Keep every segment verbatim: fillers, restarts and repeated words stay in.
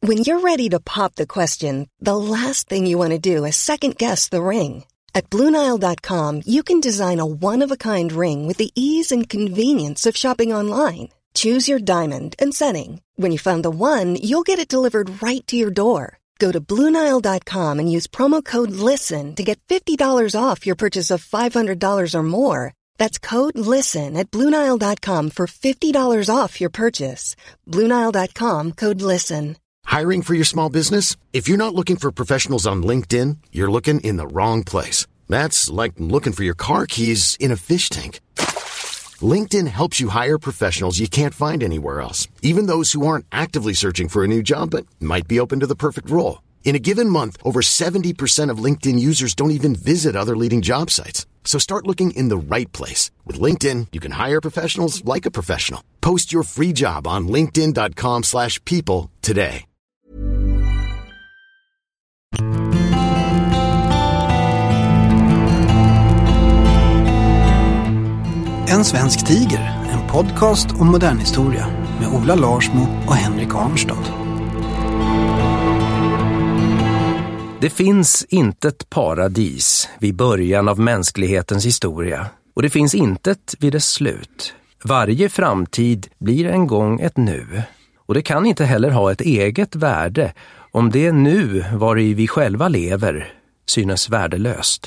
When you're ready to pop the question, the last thing you want to do is second-guess the ring. At Blue Nile dot com, you can design a one-of-a-kind ring with the ease and convenience of shopping online. Choose your diamond and setting. When you find the one, you'll get it delivered right to your door. Go to Blue Nile dot com and use promo code LISTEN to get fifty dollars off your purchase of five hundred dollars or more. That's code LISTEN at Blue Nile dot com for fifty dollars off your purchase. Blue Nile dot com, code LISTEN. Hiring for your small business? If you're not looking for professionals on LinkedIn, you're looking in the wrong place. That's like looking for your car keys in a fish tank. LinkedIn helps you hire professionals you can't find anywhere else, even those who aren't actively searching for a new job but might be open to the perfect role. In a given month, over seventy percent of LinkedIn users don't even visit other leading job sites. So start looking in the right place. With LinkedIn, you can hire professionals like a professional. Post your free job on linkedin dot com slash people today. En svensk tiger, en podcast om modern historia med Ola Larsmo och Henrik Arnstad. Det finns inte ett paradis vid början av mänsklighetens historia, och det finns intet vid dess slut. Varje framtid blir en gång ett nu, och det kan inte heller ha ett eget värde om det nu vari vi själva lever synes värdelöst.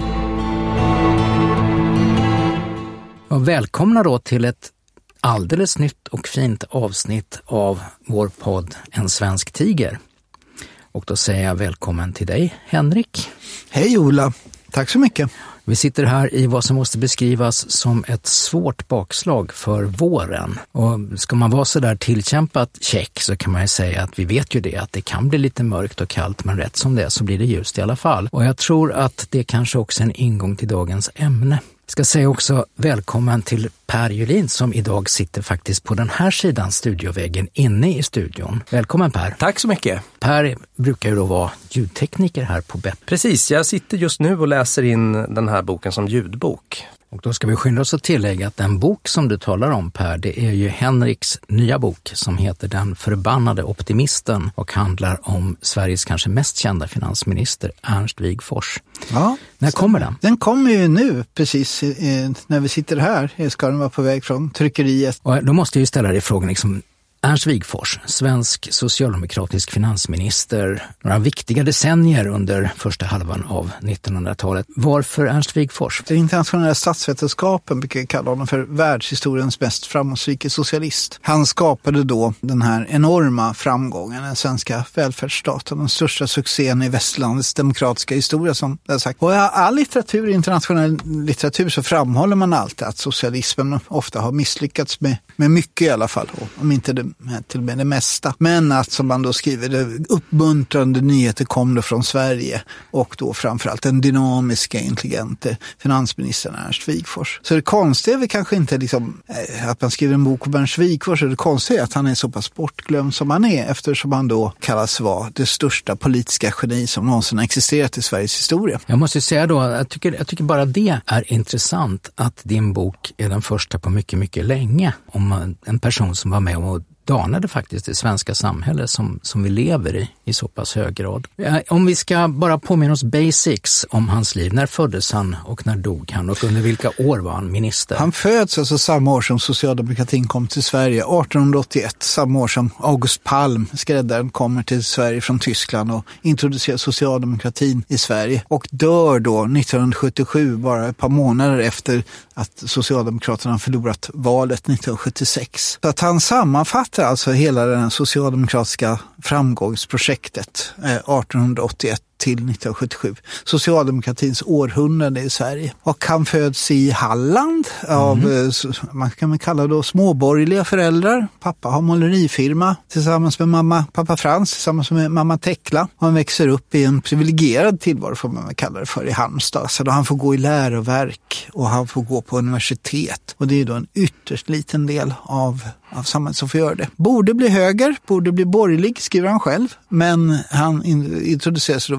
Ja, välkomna då till ett alldeles nytt och fint avsnitt av vår podd En svensk tiger. Och då säger jag välkommen till dig, Henrik. Hej Ola, tack så mycket. Vi sitter här i vad som måste beskrivas som ett svårt bakslag för våren. Och ska man vara så där tillkämpat check så kan man ju säga att vi vet ju det, att det kan bli lite mörkt och kallt, men rätt som det så blir det ljust i alla fall. Och jag tror att det kanske också är en ingång till dagens ämne. Jag ska säga också välkommen till Per Julin som idag sitter faktiskt på den här sidan studioväggen inne i studion. Välkommen Per. Tack så mycket. Per brukar ju då vara ljudtekniker här på B E P. Precis, jag sitter just nu och läser in den här boken som ljudbok. Och då ska vi skynda oss att tillägga att den bok som du talar om, Per, det är ju Henriks nya bok som heter Den förbannade optimisten och handlar om Sveriges kanske mest kända finansminister Ernst Wigforss. Ja, när kommer den? Den kommer ju nu, precis eh, när vi sitter här. Ska den vara på väg från tryckeriet. Och då måste jag ju ställa dig frågan liksom, Ernst Wigforss, svensk socialdemokratisk finansminister, några viktiga decennier under första halvan av nittonhundratalet. Varför Ernst Wigforss? Den internationella statsvetenskapen brukar kalla honom för världshistoriens mest framgångsrika socialist. Han skapade då den här enorma framgången, den svenska välfärdsstaten, den största succén i västlandets demokratiska historia som jag har sagt. Och i all litteratur, internationell litteratur, så framhåller man alltid att socialismen ofta har misslyckats med, med mycket i alla fall, om inte det till och med det mesta. Men att, som man då skriver, det uppmuntrande nyheter kom då från Sverige och då framförallt den dynamiska, intelligente finansministern Ernst Wigforss. Så det konstiga är väl kanske inte liksom, att man skriver en bok om Ernst Wigforss, det konstiga är att han är så pass bortglömd som han är, eftersom han då kallas vara det största politiska geni som någonsin har existerat i Sveriges historia. Jag måste säga då, jag tycker, jag tycker bara det är intressant att din bok är den första på mycket, mycket länge om en person som var med och danade faktiskt det svenska samhället som, som vi lever i i så pass hög grad. Om vi ska bara påminna oss basics om hans liv. När föddes han och när dog han och under vilka år var han minister? Han föds alltså samma år som socialdemokratin kom till Sverige, arton åttioett, samma år som August Palm, skräddaren, kommer till Sverige från Tyskland och introducerar socialdemokratin i Sverige och dör då nittonhundrasjuttiosju, bara ett par månader efter att Socialdemokraterna förlorat valet nittonhundrasjuttiosex. Så att han sammanfattar alltså hela den socialdemokratiska framgångsprojektet eh, arton åttioett till nittonhundrasjuttiosju. Socialdemokratins århundrade i Sverige. Och han föds i Halland av, mm. man kan väl kalla då småborgerliga föräldrar. Pappa har målerifirma tillsammans med mamma, pappa Frans tillsammans med mamma Tekla. Han växer upp i en privilegierad tillvaro, får man kalla det för, i Halmstad. Så då han får gå i läroverk och han får gå på universitet. Och det är då en ytterst liten del av av samhället som får göra det. Borde bli höger, borde bli borgerlig, skriver han själv. Men han introduceras då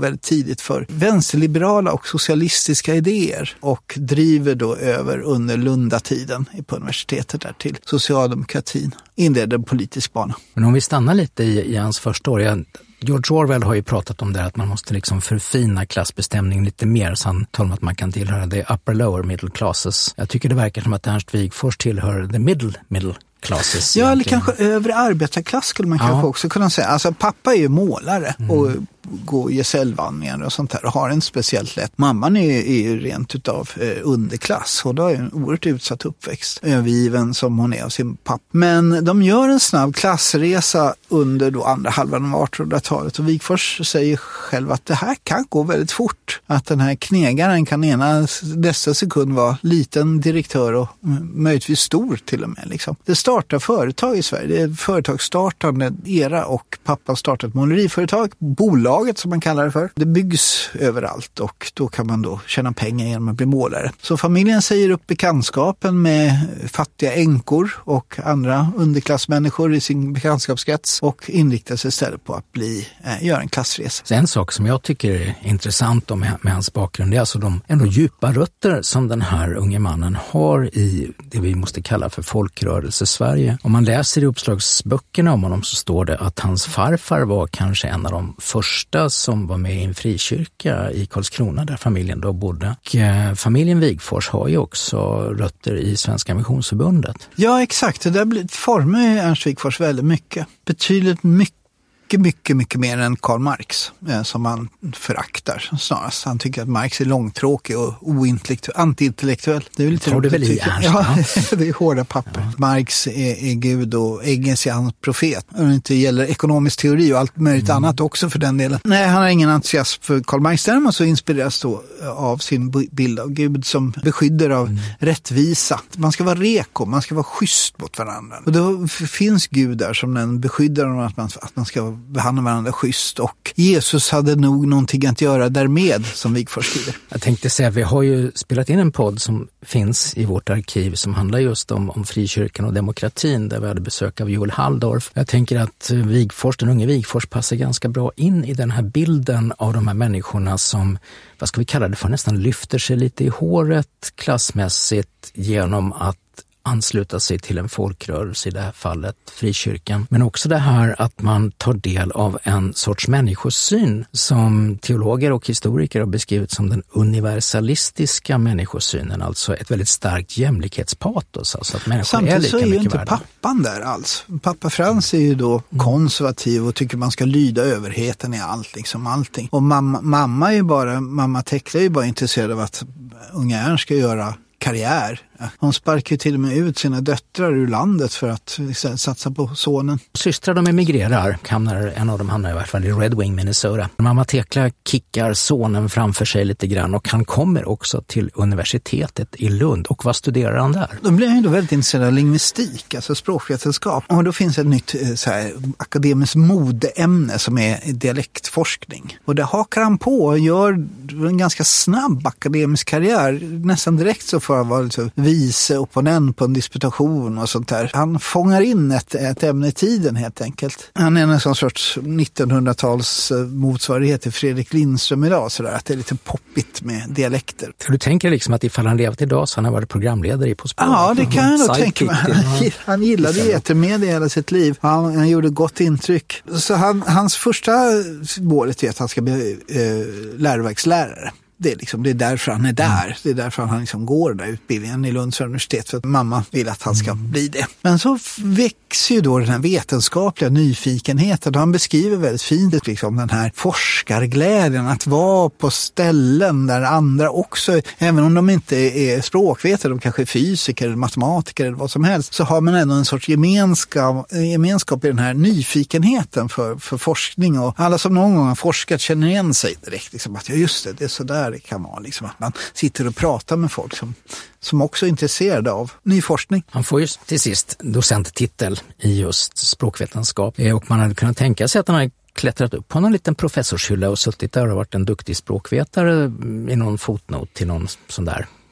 väldigt tidigt för vänsterliberala och socialistiska idéer och driver då över under Lundatiden på universitetet där till socialdemokratin. Inleder en politisk bana. Men om vi stannar lite i, i hans första år, jag George Orwell har ju pratat om det att man måste liksom förfina klassbestämningen lite mer, så han talar om att man kan tillhöra the upper lower middle classes. Jag tycker det verkar som att Ernst Wigforss tillhör the middle middle classes. Ja, eller kanske övre arbetarklass skulle man ja. kanske också kunna säga. Alltså pappa är ju målare mm. och går gesällvandringar och sånt där och har en speciellt lätt. Mamman är, är ju rent utav eh, underklass och då har ju en oerhört utsatt uppväxt. Övergiven som hon är av sin pappa. Men de gör en snabb klassresa under då andra halvan av artonhundratalet och Wigforss säger själv att det här kan gå väldigt fort. Att den här knegaren kan ena nästa sekund vara liten direktör och möjligtvis stor till och med. Liksom. Det startar företag i Sverige. Det är företagsstartande era och pappa startar ett måleriföretag, bolag som man kallar det för. Det byggs överallt och då kan man då tjäna pengar genom att bli målare. Så familjen säger upp bekantskapen med fattiga änkor och andra underklassmänniskor i sin bekantskapskrets och inriktar sig istället på att bli, eh, göra en klassresa. Så en sak som jag tycker är intressant med, med hans bakgrund är alltså de ändå djupa rötter som den här unge mannen har i det vi måste kalla för folkrörelse-Sverige. Om man läser i uppslagsböckerna om honom så står det att hans farfar var kanske en av de första som var med i en frikyrka i Karlskrona där familjen då bodde. Och eh, familjen Wigforss har ju också rötter i Svenska Missionsförbundet. Ja, exakt. Det där formar Ernst Wigforss väldigt mycket. Betydligt mycket. Mycket, mycket, mycket mer än Karl Marx eh, som han föraktar snarast. Han tycker att Marx är långtråkig och ointellektuell, antiintellektuell. Det är väl lite Tar du väl i Ernst? Ja, det är hårda papper. Ja. Marx är, är Gud och Engels är hans profet. Och det inte gäller ekonomisk teori och allt möjligt mm. annat också för den delen. Nej, han har ingen entusiasm för Karl Marx. Däremot så inspireras då av sin bild av Gud som beskyddar av mm. rättvisa. Man ska vara reko, man ska vara schysst mot varandra. Och då finns Gud där som den beskyddar om att man, att man ska behandla varandra schysst och Jesus hade nog någonting att göra därmed som Wigforss skriver. Jag tänkte säga, vi har ju spelat in en podd som finns i vårt arkiv som handlar just om, om frikyrkan och demokratin där vi hade besök av Joel Halldorf. Jag tänker att Wigforss, den unge Wigforss passar ganska bra in i den här bilden av de här människorna som, vad ska vi kalla det för, nästan lyfter sig lite i håret klassmässigt genom att ansluta sig till en folkrörelse, i det här fallet frikyrkan. Men också det här att man tar del av en sorts människosyn som teologer och historiker har beskrivit som den universalistiska människosynen, alltså ett väldigt starkt jämlikhetspatos. Alltså att människor samtidigt är lika så är ju inte värda. Pappan där alls. Pappa Frans är ju då konservativ och tycker man ska lyda överheten i allt, liksom allting. Och mamma, mamma är ju bara, mamma Tekla är ju bara intresserad av att unga Ernst ska göra karriär. Hon sparkar ju till och med ut sina döttrar ur landet för att satsa på sonen. Systrar de emigrerar, hamnar, en av dem hamnar i varje fall i Red Wing, Minnesota. Mamma Tekla kickar sonen framför sig lite grann och han kommer också till universitetet i Lund. Och vad studerar han där? Då blir han ju då väldigt intresserad av lingvistik, alltså språkvetenskap. Och då finns ett nytt så här, akademiskt modeämne som är dialektforskning. Och det hakar han på och gör en ganska snabb akademisk karriär. Nästan direkt så får han vara lite vice opponent på en disputation och sånt där. Han fångar in ett, ett ämne i tiden helt enkelt. Han är en sån sorts nittonhundratals motsvarighet till Fredrik Lindström idag, så där, att det är lite poppigt med dialekter. Du tänker liksom att ifall han levt idag så han har varit programledare i På spåret? Ja, det kan jag nog tänka mig. Han, han gillade etermedia hela sitt liv. Han, han gjorde gott intryck. Så han, hans första målet är att han ska bli eh, läroverkslärare. Det är, liksom, det är därför han är där. Det är därför han liksom går där utbildningen i Lunds universitet, för att mamma vill att han ska bli det. Men så växer ju då den här vetenskapliga nyfikenheten. Han beskriver väldigt fint liksom, den här forskarglädjen att vara på ställen där andra också, även om de inte är språkvetare, de kanske är fysiker eller matematiker eller vad som helst, så har man ändå en sorts gemenskap, gemenskap i den här nyfikenheten för, för forskning. Och alla som någon gång har forskat känner igen sig direkt. Liksom, att ja, just det, det är så där det kan vara. Liksom, att man sitter och pratar med folk som, som också är intresserade av ny forskning. Han får ju till sist docenttitel i just språkvetenskap. Och man hade kunnat tänka sig att han hade klättrat upp på någon liten professorshylla och suttit där och varit en duktig språkvetare i någon fotnot till någon sån där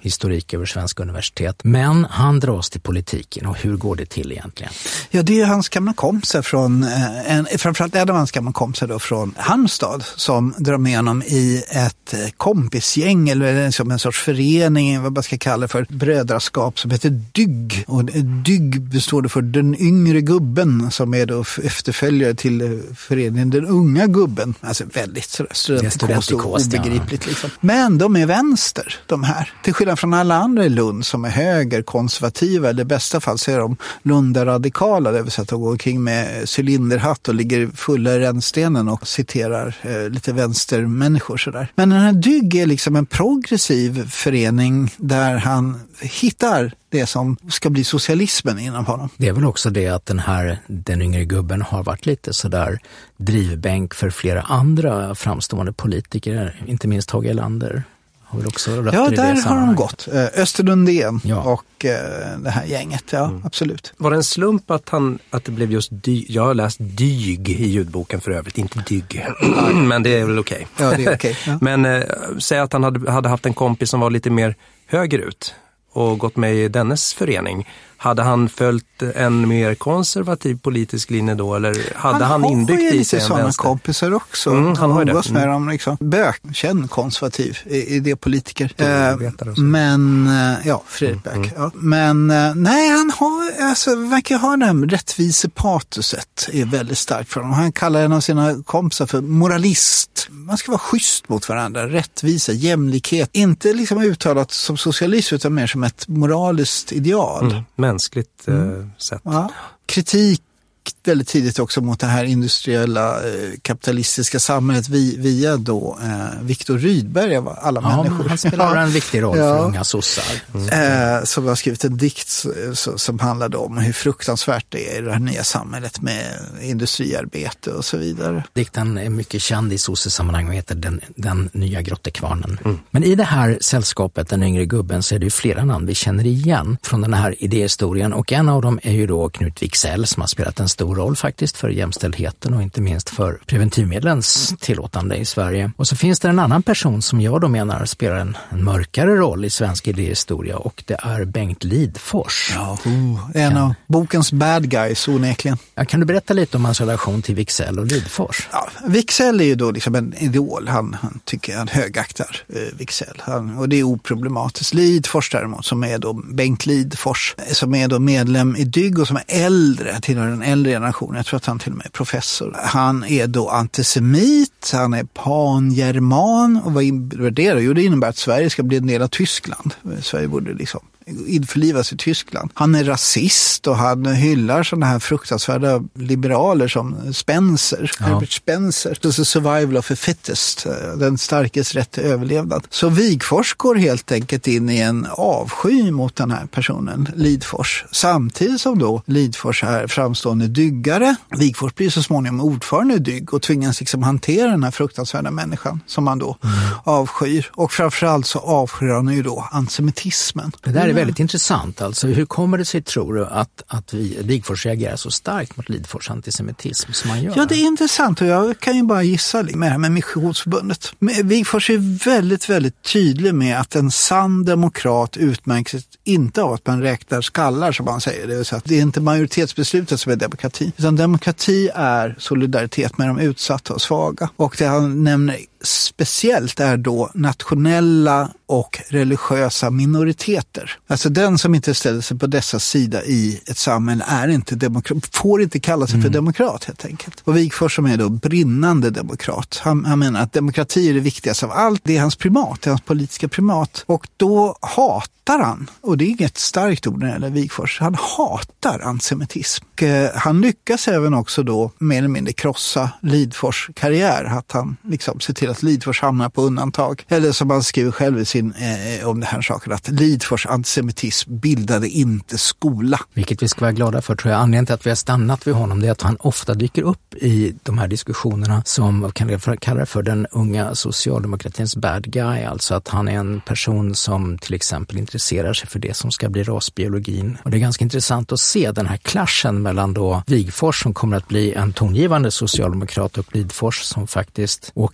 historik över svenska universitet. Men han dras till politiken, och hur går det till egentligen? Ja, det är hans gamla kompisar från, en, framförallt en av hans gamla kompisar då från Halmstad som drar med honom i ett kompisgäng eller som en sorts förening, vad man ska kalla det för, brödraskap som heter Dygg. Och Dygg består det för den yngre gubben som är då efterföljare till föreningen den unga gubben. Alltså väldigt studentikos och obegripligt. Liksom. Men de är vänster, de här. Till skillnad från alla andra i Lund som är höger, konservativa, eller i bästa fall så är de Lunda-radikala, det vill säga att de går omkring med cylinderhatt och ligger fulla i rännstenen och citerar eh, lite vänstermänniskor sådär. Men den här Dygg är liksom en progressiv förening där han hittar det som ska bli socialismen inom honom. Det är väl också det att den här, den yngre gubben har varit lite sådär drivbänk för flera andra framstående politiker, inte minst Tage Erlander. Också ja, där har de gått. Öster Lundén ja. och eh, det här gänget, ja, mm. absolut. Var det en slump att, han, att det blev just dy, jag har läst Dyg i ljudboken för övrigt, inte Dygg. Men det är väl okej. Okay. Ja, det är okej. Okay. Ja. Men eh, säg att han hade, hade haft en kompis som var lite mer högerut och gått med i dennes förening. Hade han följt en mer konservativ politisk linje då, eller hade han, han inbyggt i sig en sådana vänster? kompisar också. Mm, han har ju det. Med dem liksom. Böck, känd konservativ i, i det politiker. Eh, men, ja, Fredrik Böck. Mm. Ja. Men, nej, han har, alltså, verkar ha det här rättvisepatuset är väldigt starkt för honom. Han kallar en av sina kompisar för moralist. Man ska vara schysst mot varandra. Rättvisa, jämlikhet. Inte liksom uttalat som socialist utan mer som ett moraliskt ideal. Mm. Mänskligt eh, mm. sätt. Ja. Kritik väldigt tidigt också mot det här industriella eh, kapitalistiska samhället vi, via då eh, Viktor Rydberg av alla ja, människor. Han spelar en viktig roll ja. för unga sossar. Mm. Eh, som har skrivit en dikt så, som handlade om hur fruktansvärt det är i det här nya samhället med industriarbete och så vidare. Dikten är mycket känd i sossesammanhang och heter den, den nya grottekvarnen. Mm. Men i det här sällskapet, den yngre gubben, så är det ju flera namn vi känner igen från den här idéhistorien, och en av dem är ju då Knut Wicksell som har spelat en stor roll faktiskt för jämställdheten och inte minst för preventivmedlens tillåtande i Sverige. Och så finns det en annan person som jag då menar spelar en, en mörkare roll i svensk idéhistoria, och det är Bengt Lidforss. Ja, oh, en kan... av bokens bad guys onekligen. Ja, kan du berätta lite om hans relation till Wicksell och Lidforss? Ja, Wicksell är ju då liksom en idol. Han, han tycker han högaktar eh, Wicksell. Han, och det är oproblematiskt. Lidforss däremot, som är då Bengt Lidforss, som är då medlem i Dygg och som är äldre, tillhör den äldre generationen. Jag tror att han till och med är professor. Han är då antisemit, han är pangerman, och vad innebär det då? Jo, det innebär att Sverige ska bli en del av Tyskland. Sverige borde liksom införlivas i Tyskland. Han är rasist och han hyllar sådana här fruktansvärda liberaler som Spencer, ja. Herbert Spencer. The survival of the fittest, den starkes rätt till överlevnad. Så Wigforss går helt enkelt in i en avsky mot den här personen, Lidforss. Samtidigt som då Lidforss är framstående dyggare. Wigforss blir så småningom ordförande i Dygg och tvingas liksom hantera den här fruktansvärda människan som man då mm. avskyr. Och framförallt så avskyr han ju då antisemitismen. Det där är väldigt intressant. Alltså, hur kommer det sig, tror du, att, att vi, Wigforss reagerar så starkt mot Lidforss antisemitism som man gör? Ja, det är intressant, och jag kan ju bara gissa med det här med Missionsförbundet. Wigforss är väldigt, väldigt tydlig med att en sann demokrat utmärks inte av att man räknar skallar, som man säger. Det vill säga att det är inte majoritetsbeslutet som är demokrati, utan demokrati är solidaritet med de utsatta och svaga. Och det han nämner speciellt är då nationella och religiösa minoriteter. Alltså den som inte ställer sig på dessa sida i ett samhälle är inte demokrat, får inte kalla sig mm. för demokrat helt enkelt. Och Wigforss, som är då brinnande demokrat, han, han menar att demokrati är det viktigaste av allt. Det är hans primat, det är hans politiska primat. Och då hatar han, och det är inget starkt ord när det gäller Wigforss, han hatar antisemitism. Och, eh, han lyckas även också då mer eller mindre krossa Lidforss karriär, att han liksom ser till att Lidforss hamnar på undantag. Eller som han skriver själv i sin, eh, om det här saken, att Lidforss antisemitism bildade inte skola. Vilket vi ska vara glada för, tror jag. Anledningen till att vi har stannat vid honom, det är att han ofta dyker upp i de här diskussionerna som kan jag kalla för den unga socialdemokratins bad guy. Alltså att han är en person som till exempel intresserar sig för det som ska bli rasbiologin. Och det är ganska intressant att se den här klaschen mellan då Wigforss, som kommer att bli en tongivande socialdemokrat, och Lidforss som faktiskt åker ut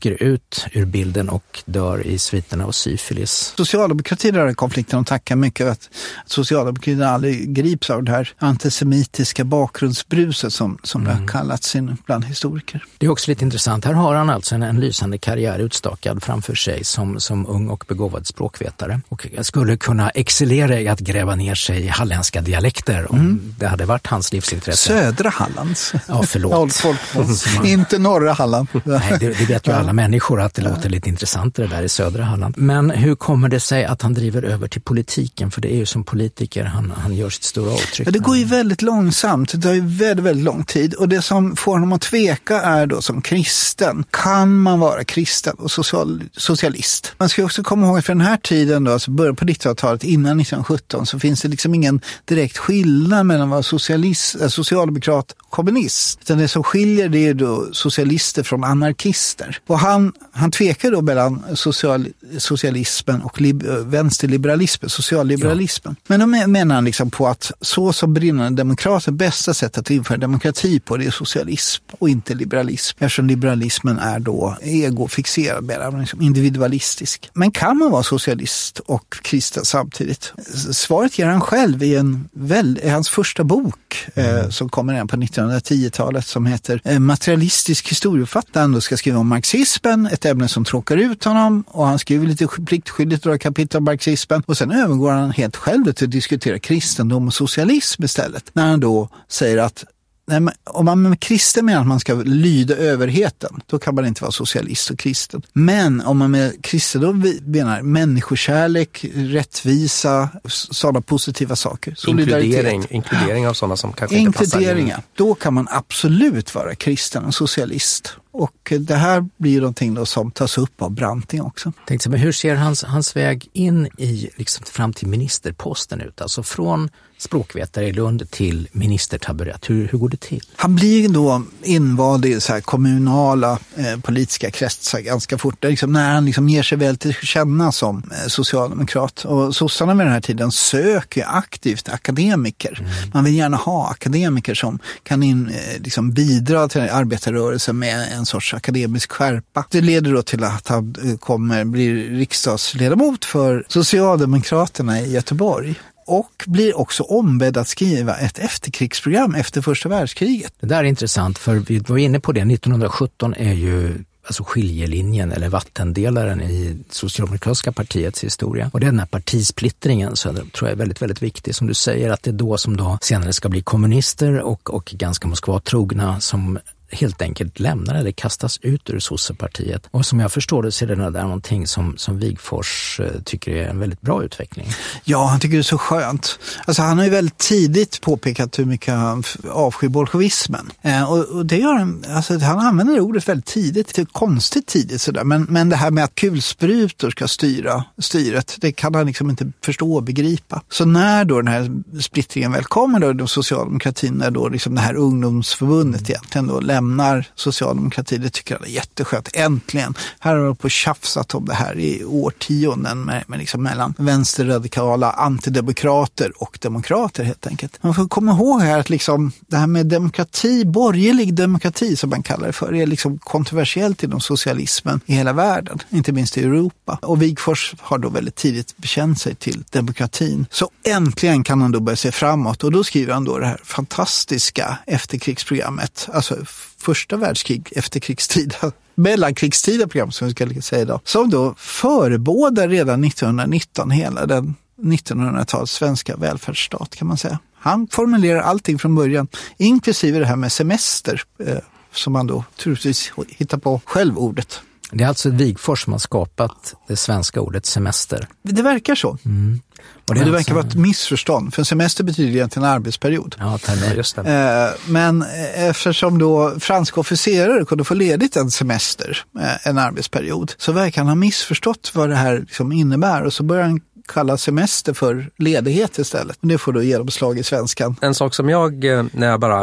ut ur bilden och dör i sviterna av syfilis. Socialdemokratin har konflikten och tackar mycket att socialdemokratin aldrig grips av det här antisemitiska bakgrundsbruset som, som mm. det har kallats in bland historiker. Det är också lite intressant. Här har han alltså en, en lysande karriär utstakad framför sig som, som ung och begåvad språkvetare. Och jag skulle kunna excellera i att gräva ner sig i halländska dialekter om mm. det hade varit hans livsintresse. Södra Hallands. Ja, förlåt. Inte norra Halland. Nej, det, det vet ju alla människor att det låter lite intressantare där i södra Halland. Men hur kommer det sig att han driver över till politiken? För det är ju som politiker han, han gör sitt stora avtryck. Ja, det går ju väldigt långsamt. Det tar ju väldigt, väldigt lång tid. Och det som får honom att tveka är då som kristen. Kan man vara kristen och social, socialist? Man ska också komma ihåg att för den här tiden då, alltså början på nittonhundratalet innan nittonhundrasjutton, så finns det liksom ingen direkt skillnad mellan att vara socialist, socialdemokrat och kommunist. Utan det som skiljer det är då socialister från anarkister. Och han, han tvekar då mellan social, socialismen och lib, vänsterliberalismen, socialliberalismen. Ja. Men då menar han liksom på att så som brinnande demokrater, bästa sätt att införa demokrati på det är socialism och inte liberalism. Eftersom liberalismen är då egofixerad, mer liksom individualistisk. Men kan man vara socialist och kristen samtidigt? Svaret ger han själv i en väl, i hans första bok mm. eh, som kommer igen på nittonhundratio-talet som heter eh, Materialistisk historieförfattare. Han då ska skriva om marxismen, ett ämne som tråkar ut honom, och han skriver lite pliktskyldigt några kapitel om marxismen, och sen övergår han helt själv till att diskutera kristendom och socialism istället. När han då säger att nej, men om man med kristen menar att man ska lyda överheten, då kan man inte vara socialist och kristen. Men om man med kristendom menar människokärlek, rättvisa, sådana positiva saker. Inkludering, inkludering av sådana som kanske inte passar in. Då kan man absolut vara kristen och socialist. Och det här blir någonting då som tas upp av Branting också. Tänkte, men hur ser hans, hans väg in i liksom, fram till ministerposten ut? Alltså från språkvetare i Lund till ministertaburett. Hur, hur går det till? Han blir då invald i så här kommunala eh, politiska kretsar ganska fort. Det är liksom när han liksom ger sig väl till känna som eh, socialdemokrat. Och sossarna vid den här tiden söker aktivt akademiker. Mm. Man vill gärna ha akademiker som kan in, eh, liksom bidra till arbetarrörelsen med en sorts akademisk skärpa. Det leder då till att han kommer blir riksdagsledamot för Socialdemokraterna i Göteborg. Och blir också ombedd att skriva ett efterkrigsprogram efter första världskriget. Det där är intressant, för vi var inne på det. nittonhundrasjutton är ju alltså skiljelinjen eller vattendelaren i Socialdemokratiska partiets historia. Och den här partisplittringen så tror jag är väldigt, väldigt viktig. Som du säger, att det är då som då senare ska bli kommunister och, och ganska Moskva-trogna som helt enkelt lämnar eller kastas ut ur sossepartiet. Och som jag förstår det så är det där någonting som, som Wigforss eh, tycker är en väldigt bra utveckling. Ja, han tycker det är så skönt. Alltså han har ju väldigt tidigt påpekat hur mycket han avskyr bolsjevismen. Eh, och, och det gör han, alltså han använder det ordet väldigt tidigt, det är konstigt tidigt sådär. Men, men det här med att kulsprutor ska styra styret, det kan han liksom inte förstå och begripa. Så när då den här splittringen väl kommer då, då socialdemokratin, när då liksom det här ungdomsförbundet egentligen då lämnar socialdemokratin, det tycker jag är jätteskönt. Äntligen. Här har de på tjafsat om det här i årtionden med, med liksom mellan vänsterradikala antidemokrater och demokrater helt enkelt. Man får komma ihåg här att liksom det här med demokrati, borgerlig demokrati som man kallar det för, är liksom kontroversiellt inom socialismen i hela världen, inte minst i Europa. Och Wigforss har då väldigt tidigt bekänt sig till demokratin. Så äntligen kan han då börja se framåt, och då skriver han då det här fantastiska efterkrigsprogrammet, alltså första världskrig, efterkrigstida, mellankrigstida program som vi ska säga idag, som då förebådar redan nittonhundranitton hela den nittonhundratals svenska välfärdsstat kan man säga. Han formulerar allting från början, inklusive det här med semester eh, som man då troligtvis hittar på själv ordet. Det är alltså Wigforss som har skapat det svenska ordet semester. Det verkar så. Mm. Och det, det verkar vara ett missförstånd, för semester betyder egentligen en arbetsperiod. Ja, just det. Men eftersom då franska officerare kunde få ledigt en semester, en arbetsperiod, så verkar han ha missförstått vad det här liksom innebär, och så börjar han kalla semester för ledighet istället. Det får då genomslag i svenskan. En sak som jag, när jag bara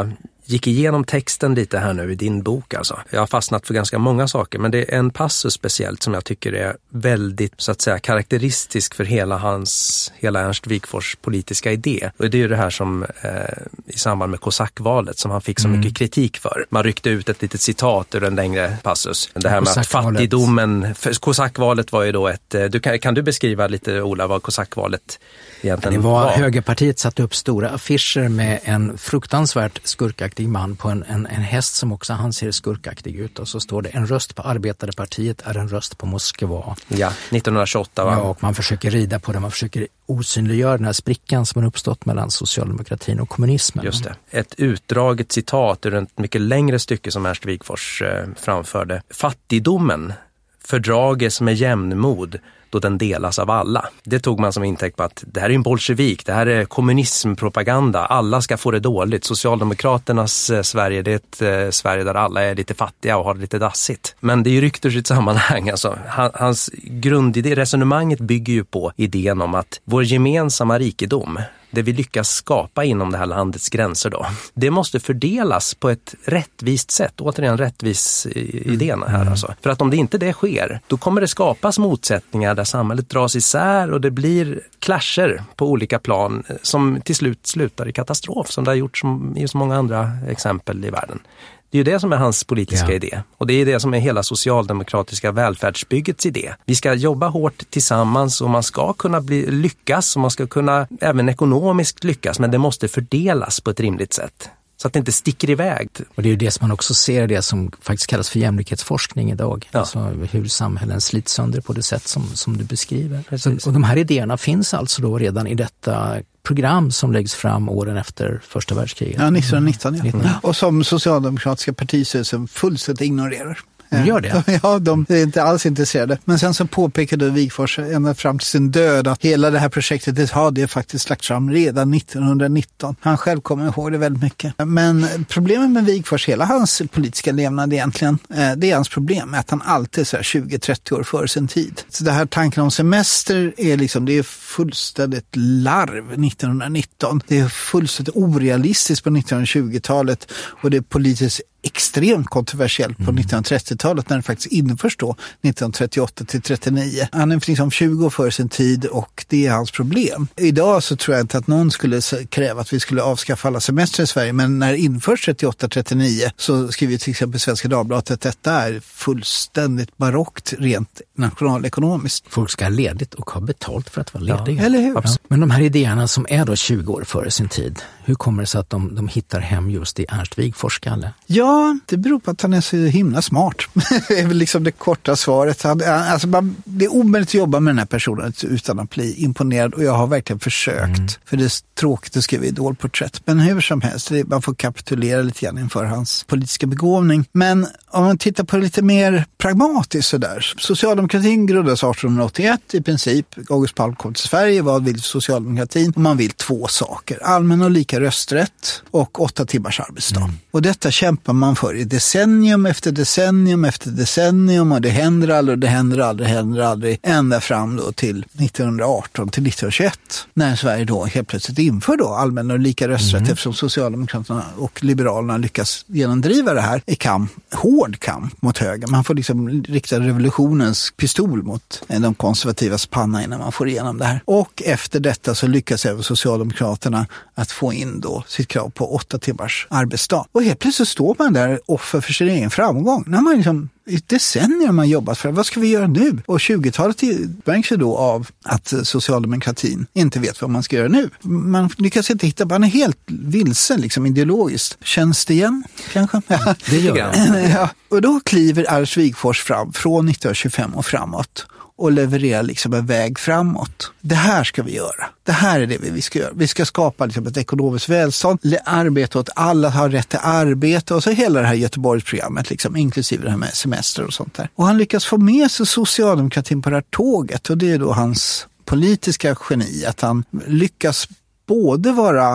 gick igenom texten lite här nu i din bok alltså. Jag har fastnat för ganska många saker, men det är en passus speciellt som jag tycker är väldigt, så att säga, karaktäristisk för hela hans, hela Ernst Wigforss politiska idé. Och det är ju det här som eh, i samband med kosackvalet som han fick så mm. mycket kritik för. Man ryckte ut ett litet citat ur en längre passus. Det här med att fattigdomen, för kosackvalet var ju då ett, du, kan, kan du beskriva lite, Ola, vad kosackvalet egentligen var? var? Högerpartiet satte upp stora affischer med en fruktansvärt skurkaktig man på en, en, en häst som också han ser skurkaktig ut, och så står det: en röst på Arbetarepartiet är en röst på Moskva. Ja, nittonhundratjugoåtta va? Ja, och man försöker rida på det, man försöker osynliggöra den här sprickan som har uppstått mellan socialdemokratin och kommunismen. Just det. Ett utdraget citat ur ett mycket längre stycke som Ernst Wigforss eh, framförde. Fattigdomen fördrages med jämnmod då den delas av alla. Det tog man som intäkt på att det här är en bolsjevik, det här är kommunismpropaganda, alla ska få det dåligt. Socialdemokraternas eh, Sverige, det är ett eh, Sverige där alla är lite fattiga och har det lite dassigt. Men det är ju rykt ur sitt sammanhang. Alltså, han, hans grundidé, resonemanget bygger ju på idén om att vår gemensamma rikedom, det vi lyckas skapa inom det här landets gränser då, det måste fördelas på ett rättvist sätt. Återigen rättvis idén här mm. alltså. För att om det inte det sker, då kommer det skapas motsättningar där samhället dras isär och det blir clasher på olika plan som till slut slutar i katastrof, som det har gjort som, i så många andra exempel i världen. Det är ju det som är hans politiska ja. idé. Och det är det som är hela socialdemokratiska välfärdsbyggets idé. Vi ska jobba hårt tillsammans och man ska kunna bli, lyckas och man ska kunna även ekonomiskt lyckas, men det måste fördelas på ett rimligt sätt. Så att det inte sticker iväg. Och det är ju det som man också ser, det som faktiskt kallas för jämlikhetsforskning idag. Ja. Alltså hur samhällen slits sönder på det sätt som, som du beskriver. Så, och de här idéerna finns alltså då redan i detta program som läggs fram åren efter första världskriget. Ja, nittonhundranitton. Ja. Mm. Och som socialdemokratiska partistyrelsen fullständigt ignorerar. De gör det? Ja, de är inte alls intresserade. Men sen så påpekade Wigforss ända fram till sin död att hela det här projektet, det hade faktiskt lagt fram redan nittonhundranitton. Han själv kommer ihåg det väldigt mycket. Men problemet med Wigforss, hela hans politiska levnad egentligen, det är hans problem att han alltid är så här tjugo trettio år före sin tid. Så det här tanken om semester är liksom, det är fullständigt larv nittonhundranitton. Det är fullständigt orealistiskt på nittonhundratjugotalet och det är politiskt extremt kontroversiellt på mm. nittonhundratrettiotalet när det faktiskt införs då nittonhundratrettioåtta till trettionio. Han är liksom tjugo för sin tid och det är hans problem. Idag så tror jag inte att någon skulle kräva att vi skulle avskaffa alla semester i Sverige, men när det införs trettioåtta trettionio så skriver till exempel Svenska Dagbladet att detta är fullständigt barockt rent nationalekonomiskt. Folk ska ha ledigt och ha betalt för att vara lediga. Ja, eller hur? Ja. Men de här idéerna som är då tjugo år före sin tid, hur kommer det sig att de, de hittar hem just i Ernst Wigforss skalle? Ja, det beror på att han är så himla smart. Det är väl liksom det korta svaret. Han, alltså man, det är omöjligt att jobba med den här personen utan att bli imponerad och jag har verkligen försökt. Mm. För det är tråkigt att skriva idolporträtt. Men hur som helst, det, man får kapitulera lite grann inför hans politiska begåvning. Men om man tittar på det lite mer pragmatiskt sådär. Socialdemokratin grundades artonhundraåttioett i princip. August Palm kom till Sverige. Vad vill socialdemokratin? Och man vill två saker. Allmän och lika rösträtt och åtta timmars arbetsdag. Mm. Och detta kämpar man för i decennium efter decennium efter decennium och det händer aldrig, det händer aldrig, det händer aldrig ända fram då till nittonhundraarton till nittonhundratjugoett när Sverige då helt plötsligt inför då allmän och lika rösträtt mm. eftersom Socialdemokraterna och Liberalerna lyckas genomdriva det här i kamp, hård kamp mot höger. Man får liksom rikta revolutionens pistol mot de konservativas panna innan man får igenom det här. Och efter detta så lyckas även Socialdemokraterna att få in då sitt krav på åtta timmars arbetsdag. Och helt plötsligt står man där offer för sin egen framgång. När man liksom i decennier man jobbat för, vad ska vi göra nu? Och tjugotalet märks ju då av att socialdemokratin inte vet vad man ska göra nu. Man lyckas inte hitta, man är helt vilsen liksom ideologiskt. Känns det igen kanske? Ja, det gör jag. Ja. Och då kliver Ernst Wigforss fram från nittonhundratjugofem och framåt och levererar liksom en väg framåt. Det här ska vi göra. Det här är det vi ska göra. Vi ska skapa liksom ett ekonomiskt välstånd, arbete åt alla, har rätt till arbete och så hela det här Göteborgsprogrammet, liksom, inklusive det här med semester och sånt där. Och han lyckas få med sig socialdemokratin på det här tåget och det är då hans politiska geni, att han lyckas både vara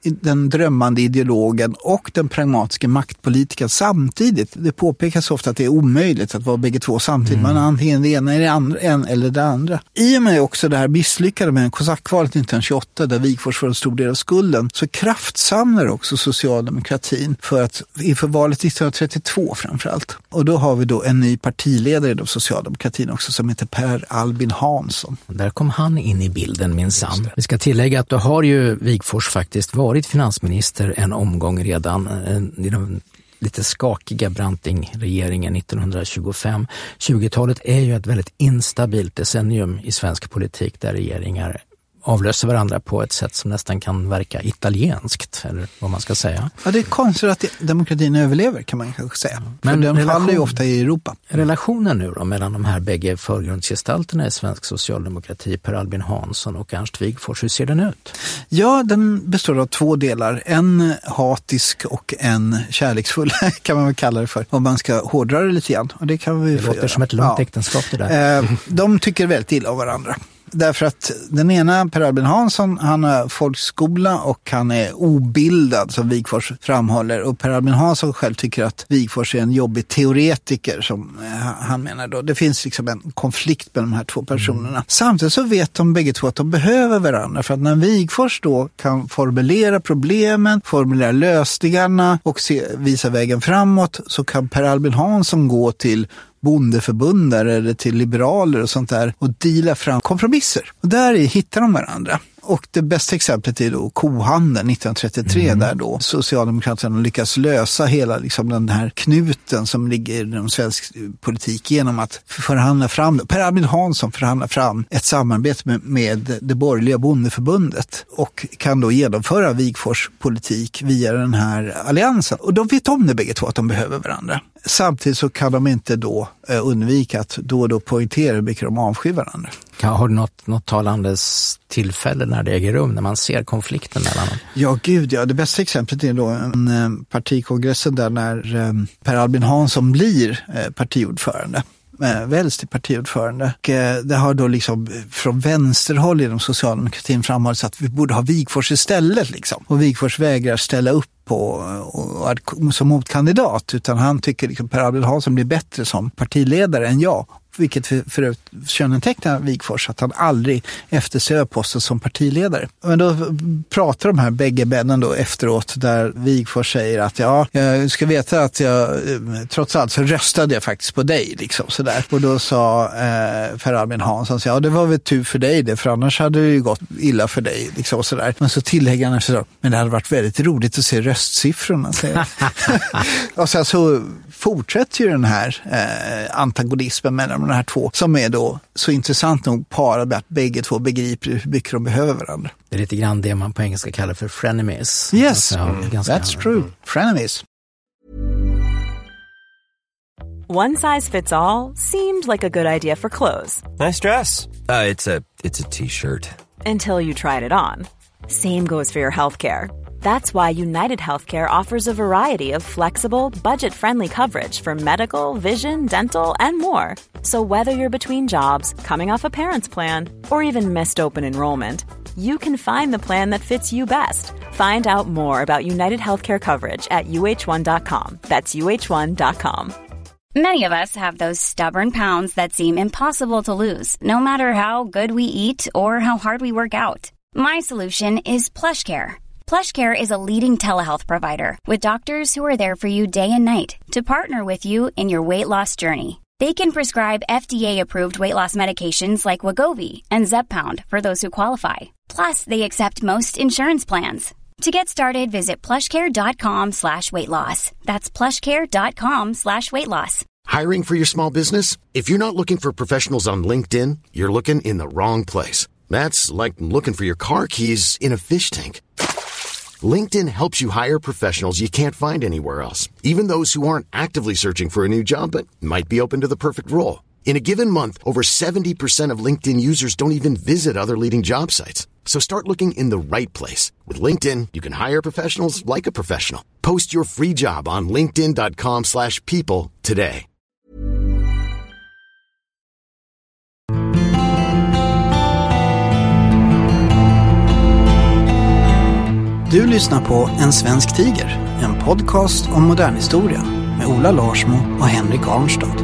den drömmande ideologen och den pragmatiska maktpolitiken samtidigt. Det påpekas ofta att det är omöjligt att vara bägge två samtidigt. Mm. Man är antingen det ena eller det andra, en eller det andra. I och med också det här misslyckade med kosackvalet nittonhundratjugoåtta där Wigforss får en stor del av skulden, så kraftsamlar också socialdemokratin för att inför valet nittonhundratrettiotvå framförallt. Och då har vi då en ny partiledare inom socialdemokratin också som heter Per Albin Hansson. Där kom han in i bilden minsann. Vi ska tillägga att då har ju Wigforss faktiskt varit finansminister en omgång redan i den lite skakiga Branting-regeringen nittonhundratjugofem. tjugotalet är ju ett väldigt instabilt decennium i svensk politik där regeringar avlöser varandra på ett sätt som nästan kan verka italienskt, eller vad man ska säga. Ja, det är konstigt att demokratin överlever, kan man kanske säga. Men för den relation, faller ju ofta i Europa. Relationen nu då mellan de här bägge förgrundsgestalterna i svensk socialdemokrati, Per Albin Hansson och Ernst Wigforss, hur ser den ut? Ja, den består av två delar. En hatisk och en kärleksfull kan man väl kalla det för. Om man ska hårdra det lite grann. Och det kan vi det låter göra. Som ett långt ja. äktenskap det där. De tycker väldigt illa om varandra. Därför att den ena, Per Albin Hansson, han har folkskola och han är obildad som Wigforss framhåller. Och Per Albin Hansson själv tycker att Wigforss är en jobbig teoretiker som han menar då. Det finns liksom en konflikt med de här två personerna. Mm. Samtidigt så vet de bägge två att de behöver varandra. För att när Wigforss då kan formulera problemen, formulera lösningarna och se, visa vägen framåt, så kan Per Albin Hansson gå till bondeförbundare eller till liberaler och sånt där och deala fram kompromisser. Och där hittar de varandra. Och det bästa exemplet är då kohandeln nittonhundratrettiotre mm. där då Socialdemokraterna lyckas lösa hela liksom den här knuten som ligger inom svensk politik genom att förhandla fram, Per Albin Hansson förhandlar fram ett samarbete med, med det borgerliga bondeförbundet och kan då genomföra Wigforss politik via den här alliansen. Och de vet om det bägge två att de behöver varandra. Samtidigt så kan de inte då eh, undvika att då och då poängtera hur mycket de avskyr varandra. Har du något, något talandes tillfälle när det äger rum, när man ser konflikten mellan dem? Ja, gud ja. Det bästa exemplet är då en eh, partikongressen där när eh, Per Albin Hansson blir eh, partiordförande. Eh, väljs till partiordförande. Och, eh, det har då liksom från vänsterhåll inom socialdemokratin framhållits att vi borde ha Wigforss istället liksom. Och Wigforss vägrar ställa upp på och, och, som motkandidat, utan han tycker liksom Per Albin Hansson blir bättre som partiledare än jag. Vilket för, för att kännetecknar Wigforss att han aldrig eftersöker posten som partiledare. Men då pratar de här bägge männen då efteråt där Wigforss säger att ja, jag ska veta att jag trots allt så röstade jag faktiskt på dig liksom sådär. Och då sa eh, Per Albin Hansson så, ja det var väl tur för dig det, för annars hade det ju gått illa för dig liksom sådär. Men så tillägger han så, men det hade varit väldigt roligt att se röstsiffrorna säger och sen så fortsätter ju den här eh, antagonismen mellan de här två som är då så intressant nog parad med att bägge två begriper hur mycket de behöver varandra. Det är lite grann det man på engelska kallar för frenemies. Yes, alltså, mm. that's true. Frenemies. One size fits all seemed like a good idea for clothes. Nice dress. Uh, it's a it's a t-shirt. Until you tried it on. Same goes for your healthcare. That's why United Healthcare offers a variety of flexible, budget-friendly coverage for medical, vision, dental, and more. So whether you're between jobs, coming off a parent's plan, or even missed open enrollment, you can find the plan that fits you best. Find out more about United Healthcare coverage at U H one dot com. That's U H one dot com. Many of us have those stubborn pounds that seem impossible to lose, no matter how good we eat or how hard we work out. My solution is PlushCare. PlushCare is a leading telehealth provider with doctors who are there for you day and night to partner with you in your weight loss journey. They can prescribe F D A-approved weight loss medications like Wegovy and Zepbound for those who qualify. Plus, they accept most insurance plans. To get started, visit plushcare.com slash weight loss. That's plushcare.com slash weight loss. Hiring for your small business? If you're not looking for professionals on LinkedIn, you're looking in the wrong place. That's like looking for your car keys in a fish tank. LinkedIn helps you hire professionals you can't find anywhere else, even those who aren't actively searching for a new job but might be open to the perfect role. In a given month, over seventy percent of LinkedIn users don't even visit other leading job sites. So start looking in the right place. With LinkedIn, you can hire professionals like a professional. Post your free job on linkedin.com slash people today. Du lyssnar på En svensk tiger, en podcast om modern historia med Ola Larsmo och Henrik Arnstad.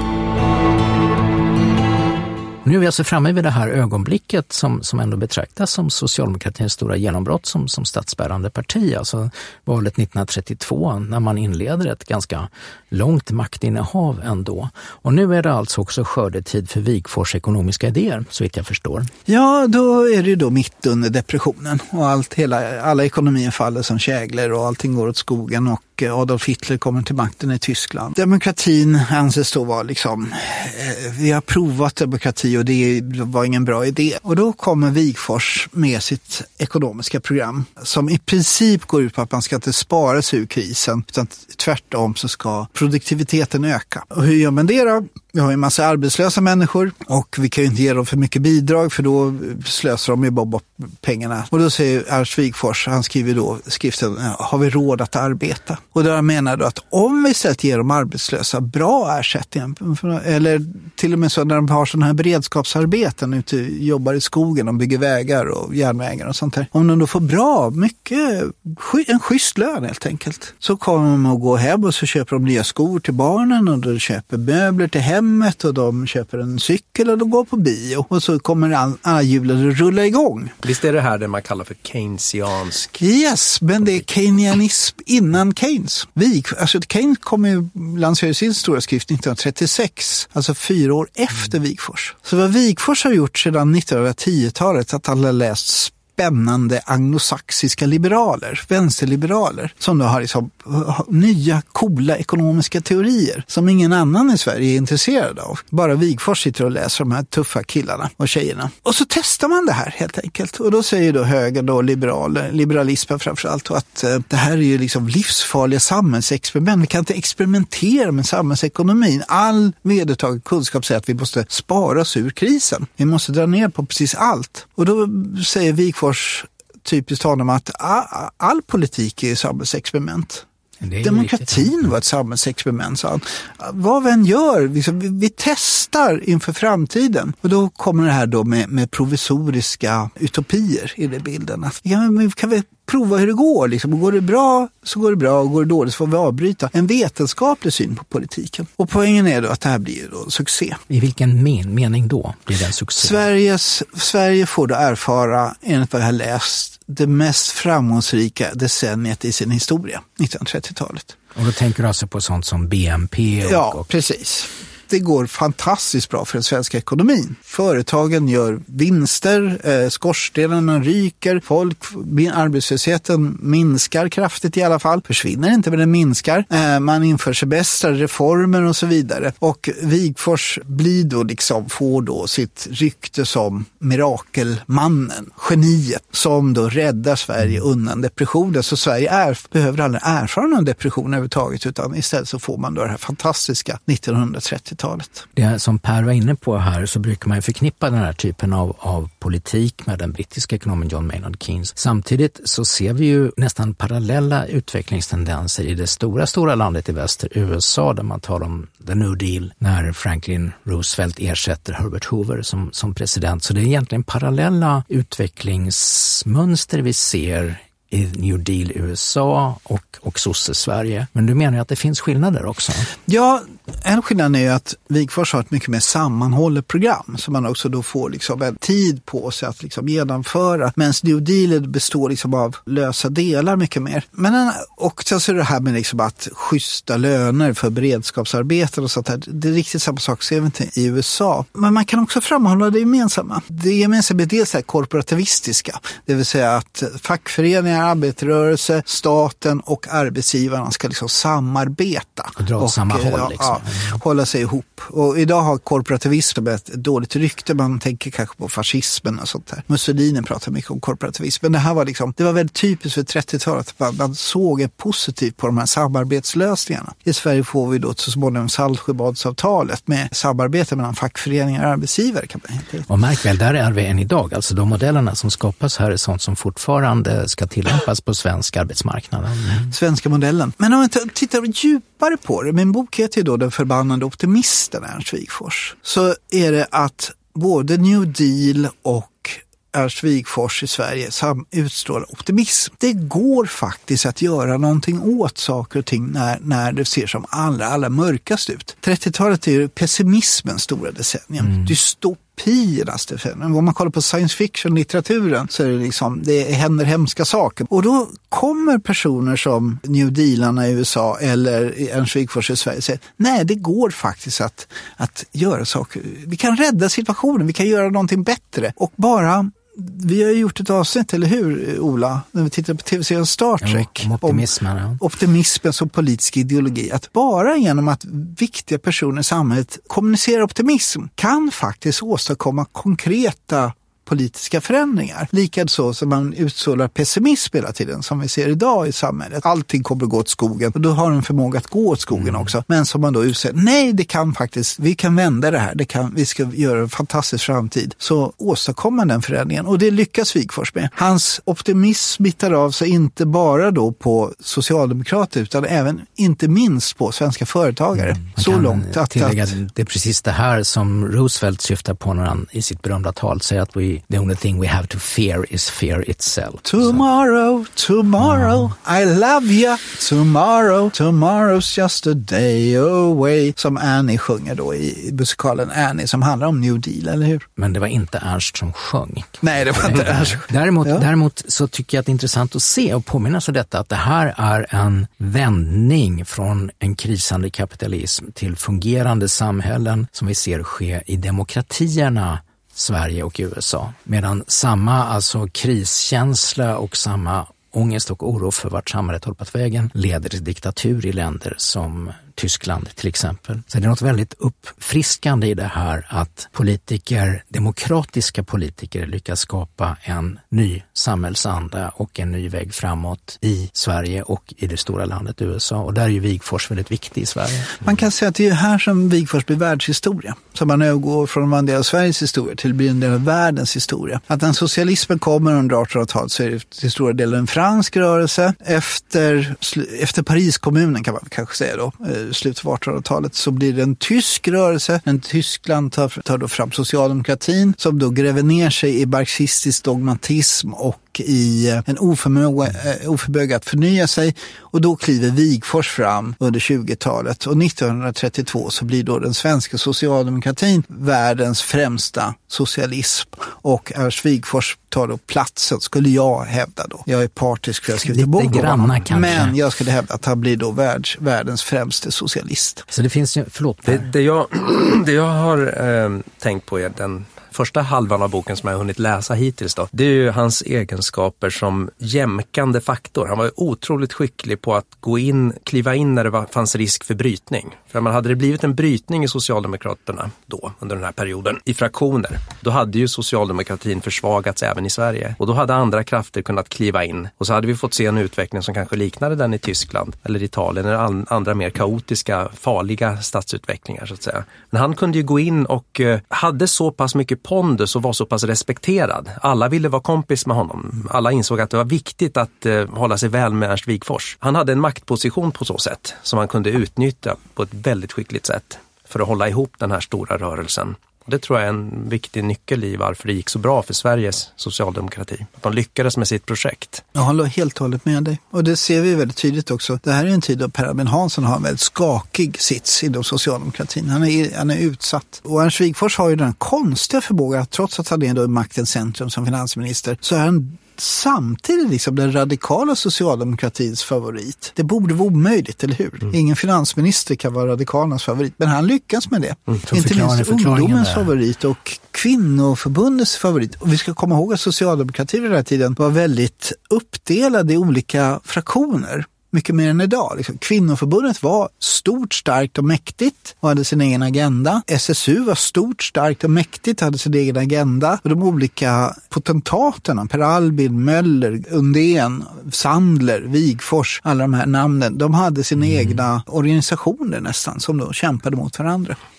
Nu är vi alltså framme vid det här ögonblicket som, som ändå betraktas som socialdemokratins stora genombrott som, som statsbärande parti. Alltså valet nittonhundratrettiotvå när man inleder ett ganska långt maktinnehav ändå. Och nu är det alltså också skördetid för Wigforss ekonomiska idéer, så vitt jag förstår. Ja, då är det ju då mitt under depressionen och allt, hela, alla ekonomier faller som kägler och allting går åt skogen och Adolf Hitler kommer till makten i Tyskland. Demokratin anses då vara liksom, eh, vi har provat demokrati och det var ingen bra idé. Och då kommer Wigforss med sitt ekonomiska program som i princip går ut på att man ska inte spara sig ur krisen utan tvärtom så ska produktiviteten öka. Och hur gör man det då? Vi har ju en massa arbetslösa människor och vi kan ju inte ge dem för mycket bidrag för då slösar de ju bara bort pengarna. Och då säger Ernst Wigforss, han skriver då skriften, har vi råd att arbeta? Och där menar du att om vi istället ger de arbetslösa bra ersättning, eller till och med så när de har sådana här beredskapsarbeten ute, jobbar i skogen, de bygger vägar och järnvägar och sånt där. Om de då får bra, mycket, en schysst lön helt enkelt, så kommer de att gå hem och så köper de nya skor till barnen och då köper möbler till hemmet och de köper en cykel och de går på bio och så kommer all, alla hjulen att rulla igång. Visst är det här det man kallar för keynesiansk? Yes, men det är keynesianism innan Keynes. Vi, alltså Keynes kom ju lansera sin stora skrift nittonhundratrettiosex, alltså fyra år efter Wigforss. Så vad Wigforss har gjort sedan nittonhundratio-talet att alla läst spännande anglosaxiska liberaler, vänsterliberaler, som då har liksom nya, coola ekonomiska teorier som ingen annan i Sverige är intresserad av. Bara Wigforss sitter och läser de här tuffa killarna och tjejerna. Och så testar man det här helt enkelt. Och då säger då höger då liberaler, liberalismen framförallt, att eh, det här är ju liksom livsfarliga samhällsexperiment. Vi kan inte experimentera med samhällsekonomin. All vedertagen kunskap säger att vi måste spara oss ur krisen. Vi måste dra ner på precis allt. Och då säger Wigforss typiskt honom att all, all politik är samhällsexperiment. Demokratin var ett samhällsexperiment, sa han. Vad vi än gör, liksom, vi, vi testar inför framtiden. Och då kommer det här då med, med provisoriska utopier i den bilden. Att, ja, men kan vi prova hur det går? Liksom. Och går det bra så går det bra och går det dåligt så får vi avbryta. En vetenskaplig syn på politiken. Och poängen är då att det här blir då succé. I vilken men, mening då blir det en succé? Sveriges, Sverige får då erfara, enligt vad jag har läst, det mest framgångsrika decenniet i sin historia, nittonhundratrettiotalet. Och då tänker du alltså på sånt som B N P? Och, ja, och... precis. Det går fantastiskt bra för den svenska ekonomin. Företagen gör vinster, eh, skorstenarna ryker, folk, arbetslösheten minskar kraftigt i alla fall. Försvinner inte, men den minskar. Eh, man inför semestrar, reformer och så vidare. Och Wigforss blir då liksom, får då sitt rykte som mirakelmannen, geniet, som då räddar Sverige undan depressionen. Så Sverige är, behöver aldrig erfara någon depression överhuvudtaget, utan istället så får man då det här fantastiska nittonhundratrettiotalet. Det som Per var inne på här, så brukar man ju förknippa den här typen av, av politik med den brittiska ekonomen John Maynard Keynes. Samtidigt så ser vi ju nästan parallella utvecklingstendenser i det stora, stora landet i väster, U S A, där man talar om the New Deal när Franklin Roosevelt ersätter Herbert Hoover som, som president. Så det är egentligen parallella utvecklingsmönster vi ser i New Deal i U S A och, och sosse Sverige. Men du menar ju att det finns skillnader också? Ja, en skillnad är ju att Wigforss har ett mycket mer sammanhållet program som man också då får liksom en tid på sig att liksom genomföra. Medan New Deal består liksom av lösa delar mycket mer. Men också så är det här med liksom att schyssta löner för beredskapsarbeten och sånt här. Det är riktigt samma sak ser vi inte i U S A. Men man kan också framhålla det gemensamma. Det gemensamma är dels här korporativistiska. Det vill säga att fackföreningar, arbetarrörelse, staten och arbetsgivarna ska liksom samarbeta. Och dra åt samma håll ja, liksom. Ja, hålla sig ihop. Och idag har korporativismen ett dåligt rykte. Man tänker kanske på fascismen och sånt där. Mussolini pratar mycket om korporativism. Men det här var liksom, det var väldigt typiskt för trettiotalet. Man, man såg positivt på de här samarbetslösningarna. I Sverige får vi då så småningom Saltsjöbadsavtalet med samarbete mellan fackföreningar och arbetsgivare. Kan man helt och märk väl, där är vi än idag. Alltså de modellerna som skapas här är sånt som fortfarande ska tillämpas på svensk arbetsmarknad. Mm. Svenska modellen. Men om man tittar djupare på det, min bok heter ju då Den förbannade optimisten, Ernst Wigforss, så är det att både New Deal och Ernst Wigforss i Sverige som utstrålar optimism. Det går faktiskt att göra någonting åt saker och ting när, när det ser som allra, allra mörkast ut. trettiotalet är ju pessimismens stora decennium. Mm. Dystopiernas decennium. Om man kollar på science fiction-litteraturen så är det liksom, det händer hemska saker. Och då kommer personer som New Dealarna i U S A eller Ernst Wigforss i Sverige och säger, nej, det går faktiskt att, att göra saker. Vi kan rädda situationen, vi kan göra någonting bättre. Och bara... Vi har ju gjort ett avsnitt, eller hur, Ola? När vi tittar på tv-serien Star Trek. Jo, om optimismen. Om ja. Optimismen som politisk ideologi. Att bara genom att viktiga personer i samhället kommunicerar optimism kan faktiskt åstadkomma konkreta politiska förändringar. Likaså som man utsålar pessimism hela tiden, som vi ser idag i samhället. Allting kommer att gå åt skogen och då har en förmåga att gå åt skogen mm. också. Men som man då utsäger, nej, det kan faktiskt, vi kan vända det här, det kan, vi ska göra en fantastisk framtid. Så åstadkommer man den förändringen och det lyckas Wigforss med. Hans optimism smittar av sig inte bara då på socialdemokrater utan även inte minst på svenska företagare. Mm. Så långt att, tillägga, att... Det är precis det här som Roosevelt syftar på när han i sitt berömda tal säger att vi the only thing we have to fear is fear itself. Tomorrow, tomorrow, mm. I love you. Tomorrow, tomorrow's just a day away. Som Annie sjunger då i musikalen Annie som handlar om New Deal, eller hur? Men det var inte Ernst som sjöng. Nej, det var inte Ernst. Däremot, ja. däremot så tycker jag att det är intressant att se och påminna sig detta att det här är en vändning från en krisande kapitalism till fungerande samhällen som vi ser ske i demokratierna Sverige och U S A. Medan samma alltså kriskänsla och samma ångest och oro för vart samhället håller på att vägen leder till diktatur i länder som Tyskland till exempel. Så det är något väldigt uppfriskande i det här att politiker, demokratiska politiker lyckas skapa en ny samhällsanda och en ny väg framåt i Sverige och i det stora landet U S A. Och där är ju Wigforss väldigt viktig i Sverige. Man kan säga att det är här som Wigforss blir världshistoria. Så man övergår från att vara en del av Sveriges historia till att bli en del av världens historia. Att när socialismen kommer under artonhundratalet så är det till stora delar en fransk rörelse. Efter, efter Pariskommunen kan man kanske säga då, slutet av artonhundratalet så blir det en tysk rörelse. En Tyskland tar, tar då fram socialdemokratin som då gräver ner sig i marxistisk dogmatism och i en oförmåga, oförmåga att förnya sig och då kliver Wigforss fram under tjugotalet och nittonhundratrettiotvå så blir då den svenska socialdemokratin världens främsta socialism och Ernst Wigforss tar då platsen, skulle jag hävda då. Jag är partisk för jag skrivit bok om honom, men jag skulle hävda att han blir då världs, världens främste socialist. Så det finns ju, förlåt. Det, det, jag, det jag har eh, tänkt på är den första halvan av boken som jag har hunnit läsa hittills då, det är ju hans egenskaper som jämkande faktor. Han var otroligt skicklig på att gå in, kliva in när det var, fanns risk för brytning. För man hade det blivit en brytning i Socialdemokraterna då, under den här perioden, i fraktioner, då hade ju socialdemokratin försvagats även i Sverige. Och då hade andra krafter kunnat kliva in. Och så hade vi fått se en utveckling som kanske liknade den i Tyskland eller Italien eller andra mer kaotiska, farliga statsutvecklingar så att säga. Men han kunde ju gå in och eh, hade så pass mycket pondus och var så pass respekterad. Alla ville vara kompis med honom. Alla insåg att det var viktigt att eh, hålla sig väl med Ernst Wigforss. Han hade en maktposition på så sätt som han kunde utnyttja på ett väldigt skickligt sätt för att hålla ihop den här stora rörelsen. Det tror jag är en viktig nyckel i varför det gick så bra för Sveriges socialdemokrati. Att de lyckades med sitt projekt. Jag håller helt och hållet med dig. Och det ser vi väldigt tydligt också. Det här är en tid då Per Albin Hansson har en väldigt skakig sits inom socialdemokratin. Han är, han är utsatt. Och Ernst Wigforss har ju den konstiga förmågan, trots att han är då i maktens centrum som finansminister, så är han samtidigt liksom den radikala socialdemokratins favorit. Det borde vara omöjligt, eller hur? Mm. Ingen finansminister kan vara radikalens favorit, men han lyckas med det. Mm. Inte minst ungdomens där. Favorit och kvinnoförbundets favorit. Och vi ska komma ihåg att socialdemokratin vid den här tiden var väldigt uppdelad i olika fraktioner. Mycket mer än idag. Liksom. Kvinnoförbundet var stort, starkt och mäktigt och hade sin egen agenda. S S U var stort, starkt och mäktigt och hade sin egen agenda. Och de olika potentaterna, Per Albin, Möller, Undén, Sandler, Wigforss, alla de här namnen, de hade sina mm. egna organisationer nästan som då kämpade mot varandra.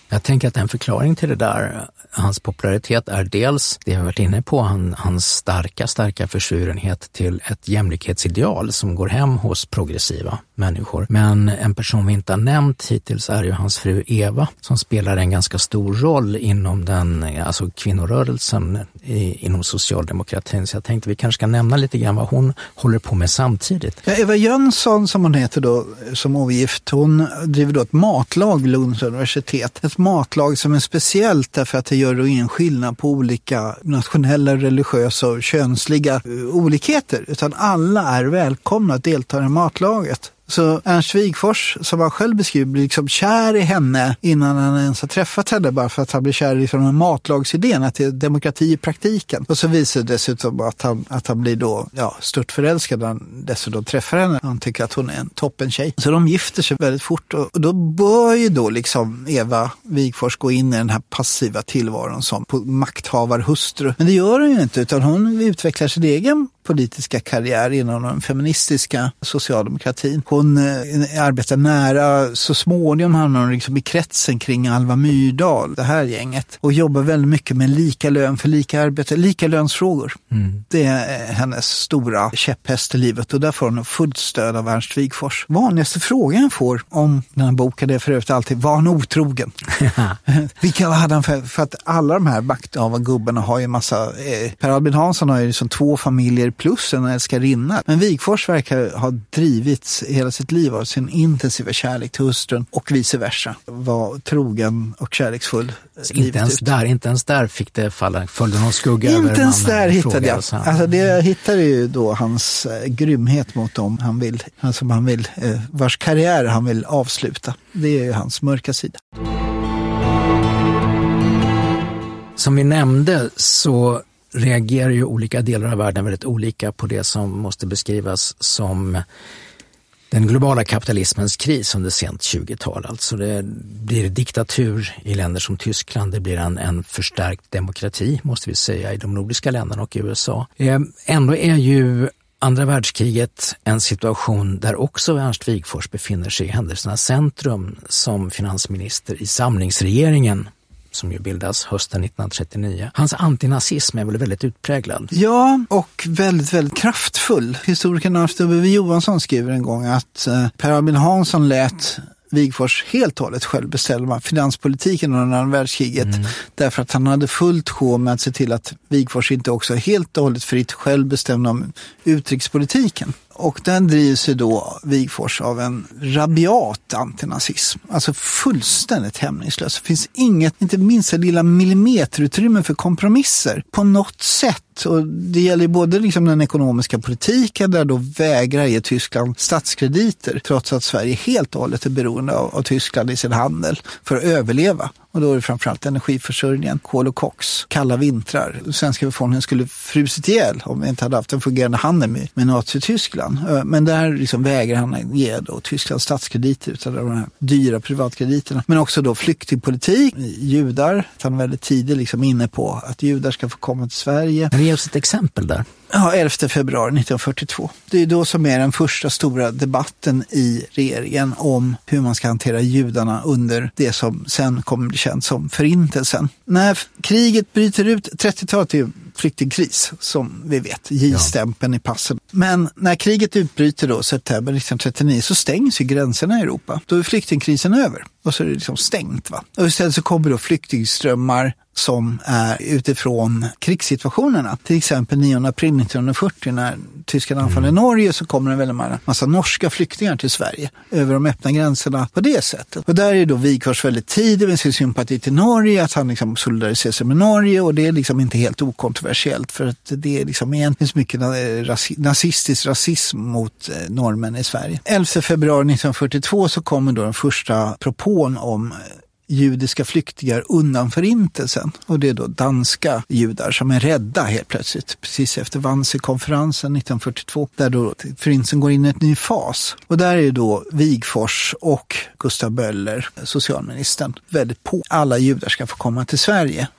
Jag tänker att en förklaring till det där, hans popularitet, är dels det vi har varit inne på, han, hans starka, starka försvurenhet till ett jämlikhetsideal som går hem hos progressiva människor. Men en person vi inte har nämnt hittills är ju hans fru Eva, som spelar en ganska stor roll inom den, alltså kvinnorörelsen i, inom socialdemokratin. Så jag tänkte vi kanske ska nämna lite grann vad hon håller på med samtidigt. Ja, Eva Jönsson, som hon heter då, som ogift, hon driver då ett matlag vid Lunds universitet. Ett matlag som är speciellt därför att det gör då ingen skillnad på olika nationella, religiösa och könsliga olikheter, utan alla är välkomna att delta i matlaget. Så Ernst Wigforss, som han själv beskriver, blir liksom kär i henne innan han ens har träffat henne, bara för att han blir kär i sån matlagsidén, att det är demokrati i praktiken. Och så visar det dessutom att han, att han blir då ja, stört förälskad när han dessutom träffar henne. Han tycker att hon är en toppen tjej. Så de gifter sig väldigt fort, och, och då bör ju då liksom Eva Wigforss gå in i den här passiva tillvaron som makthavarhustru. Men det gör hon ju inte, utan hon utvecklar sin egen politiska karriär inom den feministiska socialdemokratin. Hon eh, arbetar nära, så småningom hamnar hon liksom i kretsen kring Alva Myrdal, det här gänget, och jobbar väldigt mycket med lika lön för lika arbete, lika lönsfrågor. Mm. Det är hennes stora käpphäst i livet, och där får hon fullt stöd av Ernst Wigforss. Vanligaste frågan jag får om den här boken är för övrigt alltid, var han otrogen? Vilka hade han för, för att alla de här makthavargubbarna har ju massa, eh, Per Albin Hansson har ju liksom två familjer plus en älskarinna. Men Wigforss verkar ha drivits hela sitt liv av sin intensiva kärlek till hustrun och vice versa. Var trogen och kärleksfull. Inte ens, där, inte ens där fick det falla, följde någon skugga inte över Inte ens där hittade jag. Alltså, alltså det jag hittade ju då hans eh, grymhet mot dem han vill, alltså han vill eh, vars karriär han vill avsluta. Det är ju hans mörka sida. Som vi nämnde så reagerar ju olika delar av världen väldigt olika på det som måste beskrivas som den globala kapitalismens kris under sent tjugotal. Alltså det blir diktatur i länder som Tyskland, det blir en, en förstärkt demokrati måste vi säga i de nordiska länderna och i U S A. Eh, ändå är ju andra världskriget en situation där också Ernst Wigforss befinner sig i händelsernas centrum som finansminister i samlingsregeringen, som ju bildas hösten nittonhundratrettionio. Hans antinazism är väl väldigt utpräglad. Ja, och väldigt, väldigt kraftfull. Historikern Alf W. Johansson skriver en gång att eh, Per Albin Hansson lät Wigforss helt och hållet själv bestämma finanspolitiken under andra världskriget, mm. därför att han hade fullt sjå med att se till att Wigforss inte också helt och hållet fritt själv bestämde om utrikespolitiken. Och den drivs ju då Wigforss av en rabiat antinazism. Alltså fullständigt hämningslös. Det finns inget, inte minst det lilla millimeterutrymme för kompromisser på något sätt. Och det gäller både liksom den ekonomiska politiken, där då vägrar ge Tyskland statskrediter trots att Sverige helt och hållet är beroende av, av Tyskland i sin handel för att överleva. Och då är det framförallt energiförsörjningen, kol och koks, kalla vintrar. Svenska befolkningen skulle frusit ihjäl om vi inte hade haft en fungerande handel med, med Nazi-Tyskland. Men där liksom vägrar han ge då Tysklands statskrediter utan de här dyra privatkrediterna. Men också då flyktingpolitik, judar. Han är väldigt tidigt liksom inne på att judar ska få komma till Sverige. Men ge oss ett exempel där. Ja, elfte februari nittonhundrafyrtiotvå. Det är då som är den första stora debatten i regeringen om hur man ska hantera judarna under det som sen kommer bli känt som förintelsen. När kriget bryter ut, trettiotalet är ju flyktingkris som vi vet, J-stämpeln ja. i passen. Men när kriget utbryter då september nittonhundratrettionio så stängs ju gränserna i Europa. Då är flyktingkrisen över och så är det liksom stängt va. Och istället så kommer då flyktingströmmar som är utifrån krigssituationerna. Till exempel nionde april nittonhundrafyrtio när Tyskland anfaller mm. Norge så kommer det väldigt massa, massa norska flyktingar till Sverige över de öppna gränserna på det sättet. Och där är då Wigforss väldigt tidig med sin sympati till Norge, att han liksom solidariserar sig med Norge, och det är liksom inte helt okontroversiellt för att det är liksom egentligen så mycket nazistisk rasism mot norrmän i Sverige. elfte februari nittonhundrafyrtiotvå så kommer då den första propån om judiska flyktingar undan förintelsen. Och det är då danska judar som är rädda helt plötsligt. Precis efter Wannsee-konferensen nittonhundrafyrtiotvå. Där då förintelsen går in i ett ny fas. Och där är då Wigforss och Gustav Möller, socialministern, väldigt på. Alla judar ska få komma till Sverige. Och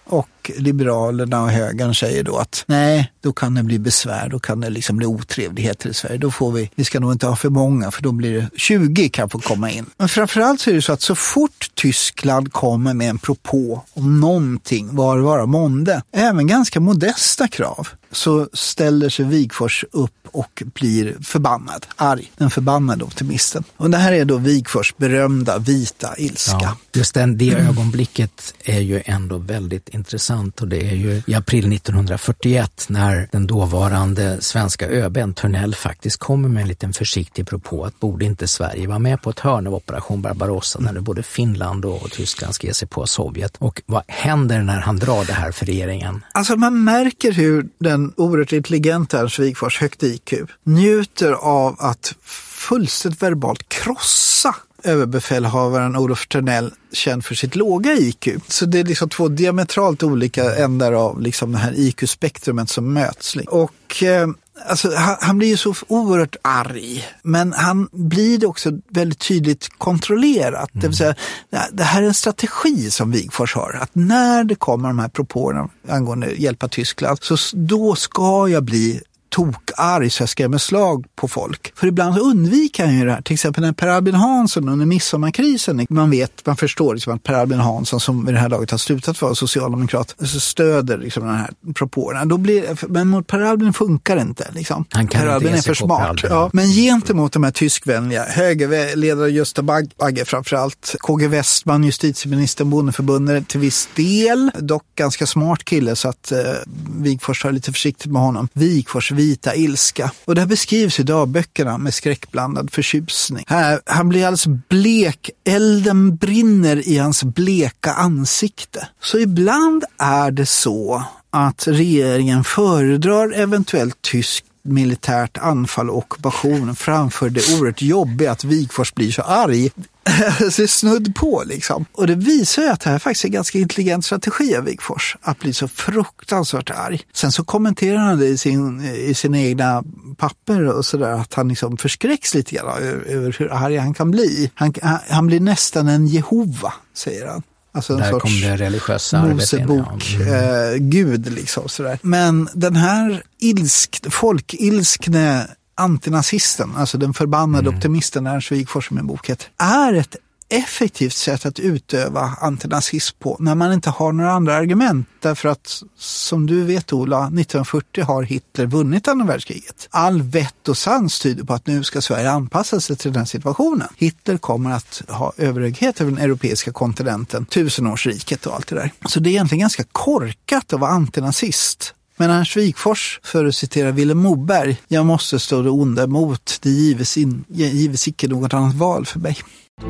och liberalerna och högern säger då att nej, då kan det bli besvär, då kan det liksom bli otrevligheter i Sverige. Då får vi, vi ska nog inte ha för många, för då blir det tjugo kan få komma in. Men framförallt så är det så att så fort Tyskland kommer med en propå om någonting, var vara månde, även ganska modesta krav, så ställer sig Wigforss upp och blir förbannad, arg, den förbannade optimisten. Och det här är då Wigforss berömda vita ilska. Ja, just den, det ögonblicket är ju ändå väldigt intressant, och det är ju i april nittonhundrafyrtioett när den dåvarande svenska ÖB:n Törnell faktiskt kommer med en liten försiktig propå att borde inte Sverige vara med på ett hörn av Operation Barbarossa när både Finland och Tyskland ska ge sig på Sovjet. Och vad händer när han drar det här för regeringen? Alltså man märker hur den oerhört intelligenta Ernst Wigforss, högt I Q, njuter av att fullständigt verbalt krossa överbefälhavaren Olof Törnell, känd för sitt låga I Q. Så det är liksom två diametralt olika ändar av liksom det här I Q-spektrumet som möts. Och eh, alltså, han, han blir ju så oerhört arg, men han blir det också väldigt tydligt kontrollerat. Mm. Det vill säga, det här är en strategi som Wigforss har, att när det kommer de här propåerna angående hjälpa Tyskland, så då ska jag bli tokarg så jag skrämmer slag på folk. För ibland undviker han ju det här. Till exempel när Per Albin Hansson under midsommarkrisen, man vet, man förstår liksom att Per Albin Hansson, som vid det här laget har slutat vara socialdemokrat, så stöder liksom den här propåerna. Då blir, men mot Per Albin funkar det inte. Liksom. Han kan Per Albin är för smart. Ja, men gentemot de här tyskvänliga, högerledare Gösta Bagge framförallt, K G Westman, justitieministern, Bondeförbundet till viss del, dock ganska smart kille, så att eh, Wigforss har lite försiktigt med honom. Wigforss vita ilska. Och det här beskrivs i dagböckerna med skräckblandad förtjusning. Här, han blir alldeles blek. Elden brinner i hans bleka ansikte. Så ibland är det så att regeringen föredrar eventuellt tysk militärt anfall och ockupation framför det oerhört jobbiga att Wigforss blir så arg. Det är snudd på liksom. Och det visar ju att det här faktiskt är en ganska intelligent strategi av Wigforss, att bli så fruktansvärt arg. Sen så kommenterar han det i, sin, i sina egna papper och sådär, att han liksom förskräcks lite grann över, över hur arg han kan bli. Han, han, han blir nästan en Jehova, säger han. Alltså en där sorts kom det religiösa Mosebok, mm. eh, gud liksom sådär. Men den här ilsk, folkilskne antinazisten, alltså den förbannade mm. optimisten Ernst Wigforss med boket, är ett effektivt sätt att utöva antinazism på när man inte har några andra argument. Därför att, som du vet Ola, nittonhundrafyrtio har Hitler vunnit andra världskriget. All vett och sans tyder på att nu ska Sverige anpassa sig till den här situationen. Hitler kommer att ha överhöghet över den europeiska kontinenten, tusenårsriket och allt det där. Så det är egentligen ganska korkat att vara antinazist. Men Ernst Wigforss, för att citera Vilhelm Moberg, jag måste stå det onda emot, det gives, in, gives icke något annat val för mig.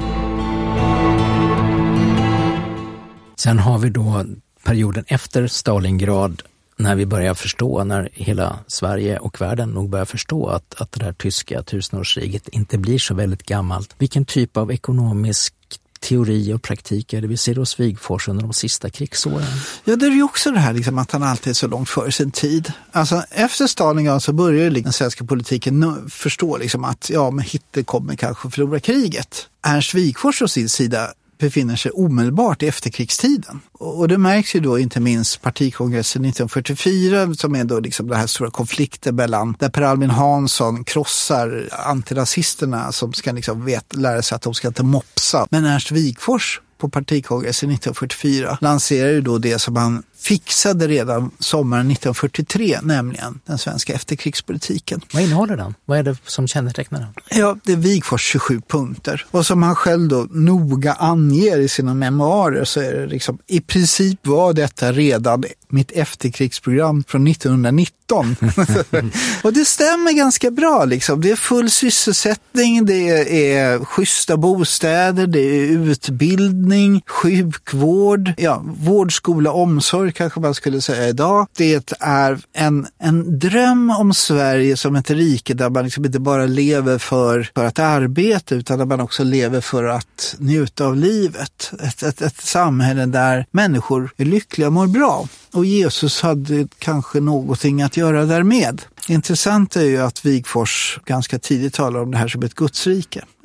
Sen har vi då perioden efter Stalingrad, när vi börjar förstå, när hela Sverige och världen nog börjar förstå att, att det där tyska tusenårsriket inte blir så väldigt gammalt. Vilken typ av ekonomisk teori och praktik är det vi ser hos Wigforss under de sista krigsåren? Ja, det är ju också det här liksom, att han alltid är så långt före sin tid. Alltså, efter Stalingrad så börjar ju den svenska politiken förstå liksom, att ja, men Hitler kommer kanske förlora kriget. Ernst Wigforss å sin sida befinner sig omedelbart i efterkrigstiden. Och det märks ju då inte minst partikongressen nittonhundrafyrtiofyra, som är då liksom den här stora konflikten mellan, där Per Albin Hansson krossar antirasisterna som ska liksom vet, lära sig att de ska inte mopsa. Men Ernst Wigforss på partikongressen nittonhundrafyrtiofyra lanserar ju då det som han fixade redan sommaren nittonhundrafyrtiotre, nämligen den svenska efterkrigspolitiken. Vad innehåller den? Vad är det som kännetecknar den? Ja, det är Wigforss tjugosju punkter. Och som han själv då noga anger i sina memoarer, så är det liksom, i princip var detta redan mitt efterkrigsprogram från nittonhundranitton. Och det stämmer ganska bra liksom. Det är full sysselsättning, det är schyssta bostäder, det är utbildning, sjukvård, ja, vård, skola, omsorg kanske man skulle säga idag. Det är en, en dröm om Sverige som ett rike där man liksom inte bara lever för, för att arbeta, utan där man också lever för att njuta av livet. Ett, ett, ett samhälle där människor är lyckliga och mår bra. Och Jesus hade kanske någonting att göra därmed. Intressant är ju att Wigforss ganska tidigt talar om det här som ett gudsrike.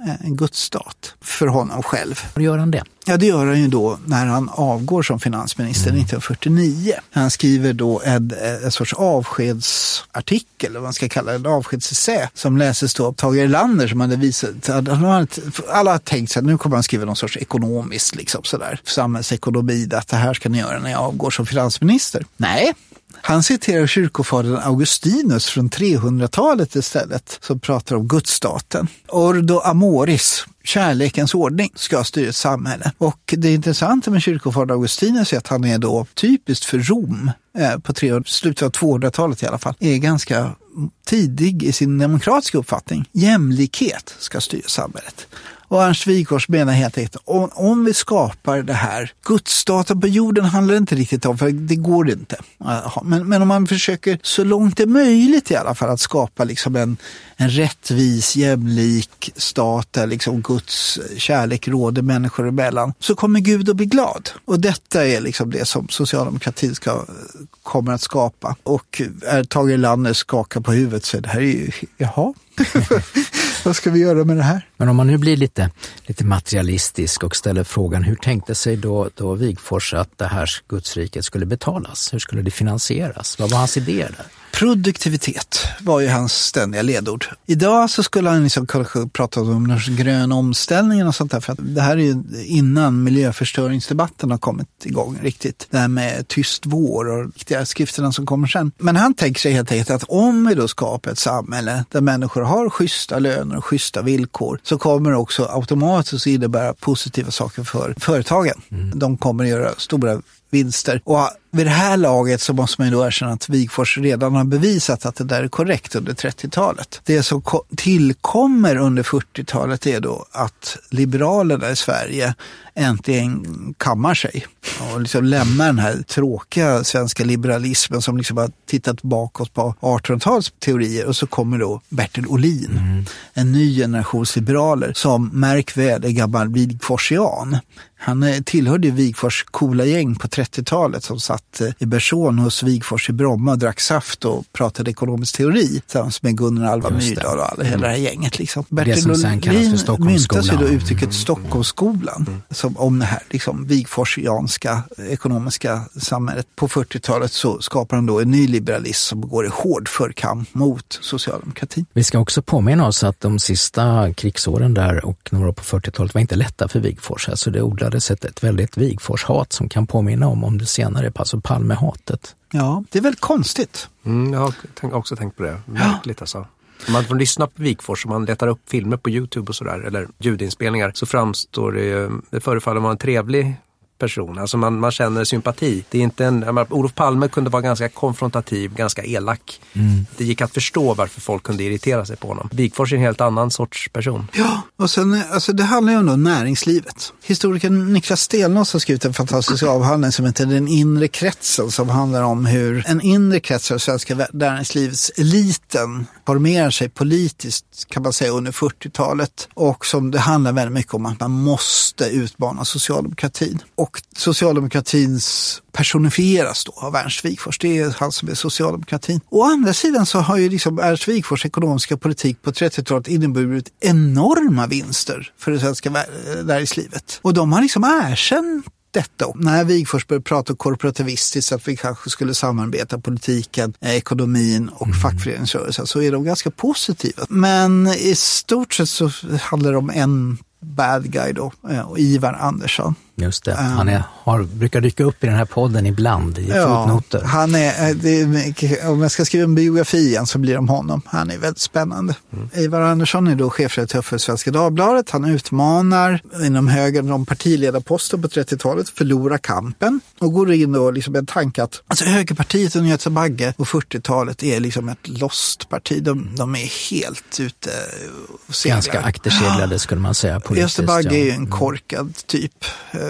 en gudsstat för honom själv. Hur gör han det? Ja, det gör han ju då när han avgår som finansminister mm. nittonhundrafyrtionio. Han skriver då en, en sorts avskedsartikel, eller vad man ska kalla det, en avskedsessä, som läses då av Tage Erlander, som hade visat, alla har tänkt sig att nu kommer han skriva någon sorts ekonomiskt, liksom sådär, samhällsekonomi, att det här ska ni göra när jag avgår som finansminister. Nej. Han citerar kyrkofadern Augustinus från trehundratalet istället, som pratar om gudsstaten. Ordo amoris, kärlekens ordning, ska styra ett samhälle. Och det intressanta med kyrkofadern Augustinus är att han är då typiskt för Rom eh, på tre, slutet av tvåhundratalet i alla fall, är ganska tidig i sin demokratiska uppfattning. Jämlikhet ska styra samhället. Och Ernst Wigforss menar helt enkelt, om, om vi skapar det här, gudsstaten på jorden handlar inte riktigt om, för det går inte. Men, men om man försöker så långt det är möjligt i alla fall att skapa liksom en, en rättvis, jämlik stat där liksom Guds kärlek råder människor emellan, så kommer Gud att bli glad. Och detta är liksom det som socialdemokratin ska, kommer att skapa. Och är Tage Erlander skakar på huvudet, så det här är ju, jaha. Vad ska vi göra med det här? Men om man nu blir lite, lite materialistisk och ställer frågan, hur tänkte sig då, då Wigforss att det här gudsriket skulle betalas? Hur skulle det finansieras? Vad var hans idéer där? Produktivitet var ju hans ständiga ledord. Idag så skulle han liksom kanske prata om den gröna omställningen och sånt där, för att det här är ju innan miljöförstöringsdebatten har kommit igång riktigt. Det här med tyst vår och de skrifterna som kommer sen. Men han tänker sig helt enkelt att om vi då skapar ett samhälle där människor har schyssta löner och schyssta villkor, så kommer det också automatiskt innebära positiva saker för företagen. Mm. De kommer att göra stora vinster. Och vid det här laget så måste man ju då erkänna att Wigforss redan har bevisat att det där är korrekt under trettiotalet. Det som tillkommer under fyrtiotalet är då att liberalerna i Sverige äntligen kammar sig och liksom lämnar den här tråkiga svenska liberalismen som liksom har tittat bakåt på artonhundratalets teorier, och så kommer då Bertil Ohlin, mm. en ny generations liberaler som, märk väl, är gammal Wigforsian. Han tillhörde Wigforss coola gäng på trettiotalet som satt i Bersån hos Wigforss i Bromma och drack saft och pratade ekonomisk teori tillsammans med Gunnar Alva Myrdal och alla, hela det här gänget. Liksom. Bertil Ohlin myntas ju då uttrycket mm. Stockholmsskolan mm. som om det här liksom, Wigforsianska ekonomiska samhället. På fyrtiotalet så skapar han då en ny liberalism som går i hård förkamp mot socialdemokratin. Vi ska också påminna oss att de sista krigsåren där och några år på fyrtiotalet var inte lätta för Wigforss. Alltså det odlades ett, ett väldigt Wigforss-hat som kan påminna om om det senare, alltså Palme-hatet. Ja, det är väl konstigt. Mm, jag har tänk, också tänkt på det. Märkligt alltså. Om man får lyssna på Wigforss, om man letar upp filmer på YouTube och sådär, eller ljudinspelningar, så framstår det, det förefaller vara en trevlig person. Alltså man, man känner sympati. Det är inte en, menar, Olof Palme kunde vara ganska konfrontativ, ganska elak. Mm. Det gick att förstå varför folk kunde irritera sig på honom. Wigforss är en helt annan sorts person. Ja, och sen, alltså det handlar ju om näringslivet. Historikern Niklas Stelnås har skrivit en fantastisk avhandling som heter Den inre kretsen, som handlar om hur en inre krets av svenska näringslivets eliten formerar sig politiskt, kan man säga, under fyrtiotalet, och som det handlar väldigt mycket om att man måste utmana socialdemokratin. Och socialdemokratins personifieras då av Ernst Wigforss. Det är han som är socialdemokratin. Å andra sidan så har ju liksom Ernst Wigforss ekonomiska politik på trettiotalet inneburit enorma vinster för det svenska näringslivet. Och de har liksom erkänt detta. När Wigforss började prata korporativistiskt, att vi kanske skulle samarbeta politiken, ekonomin och mm. fackföreningsrörelsen, så är de ganska positiva. Men i stort sett så handlar det om en bad guy då, och Ivar Andersson. Just det. Han är, har, brukar dyka upp i den här podden ibland i ja, fotnoter. Han är, det är, om jag ska skriva en biografi igen så blir det om honom. Han är väldigt spännande. Mm. Ivar Andersson är då chefredaktör för Svenska Dagbladet. Han utmanar inom högern om partiledarposten på trettiotalet, förlorar kampen och går in då liksom en tanke att alltså högerpartiet under Gösta Bagge på fyrtiotalet är liksom ett lost parti. De, de är helt ute och seglar. Ganska akterseglade skulle man säga politiskt. Gösta Bagge ja. är ju en korkad typ,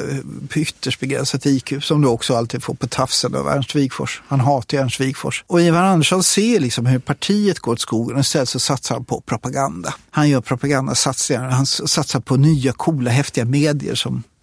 ytterst begränsat I Q, som du också alltid får på tafsen av Ernst Wigforss. Han hatar ju Ernst Wigforss. Och Ivar Andersson ser liksom hur partiet går åt skogen, och istället så satsar han på propaganda. Han gör propagandasatsningar, han satsar på nya, coola, häftiga medier som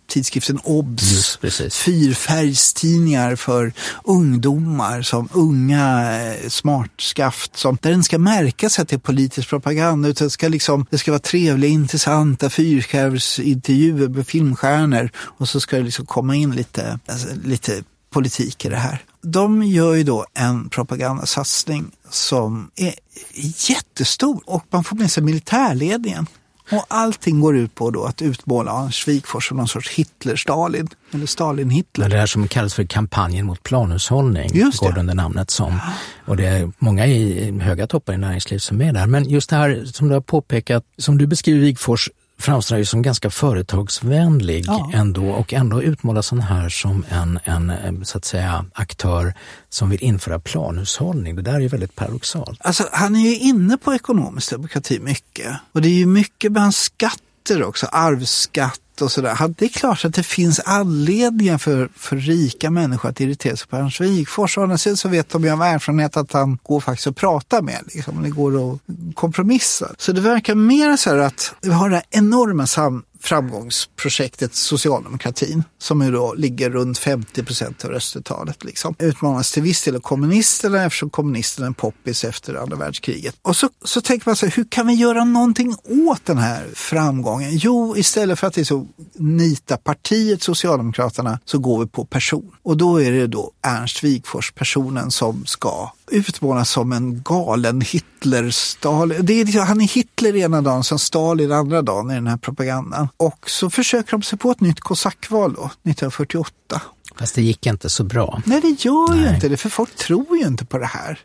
tidskriften Obs, Just, fyrfärgstidningar för ungdomar som unga eh, smartskaft, som, där den ska märkas att det är politisk propaganda, utan det ska, liksom, det ska vara trevliga, intressanta fyrskärvsintervjuer med filmstjärnor, och så ska det liksom komma in lite, alltså, lite politik i det här. De gör ju då en propagandasatsning som är jättestor, och man får med sig militärledningen. Och allting går ut på då att utmåla Ernst Wigforss som någon sorts Hitler-Stalin, eller Stalin-Hitler. Det här som kallas för kampanjen mot planhushållning går under namnet som. Och det är många i höga toppar i näringsliv som är där. Men just det här som du har påpekat, som du beskriver Wigforss, framstår ju som ganska företagsvänlig ja. ändå, och ändå utmålas sån här som en, en så att säga aktör som vill införa planhushållning. Det där är ju väldigt paradoxalt. Alltså han är ju inne på ekonomisk demokrati mycket, och det är ju mycket med hans skatter också, arvsskatt och sådär. Det är klart att det finns anledningar för, för rika människor att irritera sig på Ernst Wigforss. Och annars så vet de ju av erfarenhet att han går faktiskt att prata med. Liksom. Det går att kompromissa. Så det verkar mer så här att vi har det här enorma sam- framgångsprojektet Socialdemokratin, som ju då ligger runt femtio procent av röstetalet. Liksom. Utmanas till viss del av kommunisterna, eftersom kommunisterna är en poppis efter andra världskriget. Och så, så tänker man så här, hur kan vi göra någonting åt den här framgången? Jo, istället för att det är så nita partiet Socialdemokraterna, så går vi på person. Och då är det då Ernst Wigforss, personen, som ska utmålas som en galen Hitler-Stalin. Det är liksom, han är Hitler ena dagen som Stalin andra dagen i den här propagandan. Och så försöker de sig på ett nytt kosackval då, nittonhundrafyrtioåtta. Fast det gick inte så bra. Nej, det gör Nej. ju inte det, för folk tror ju inte på det här.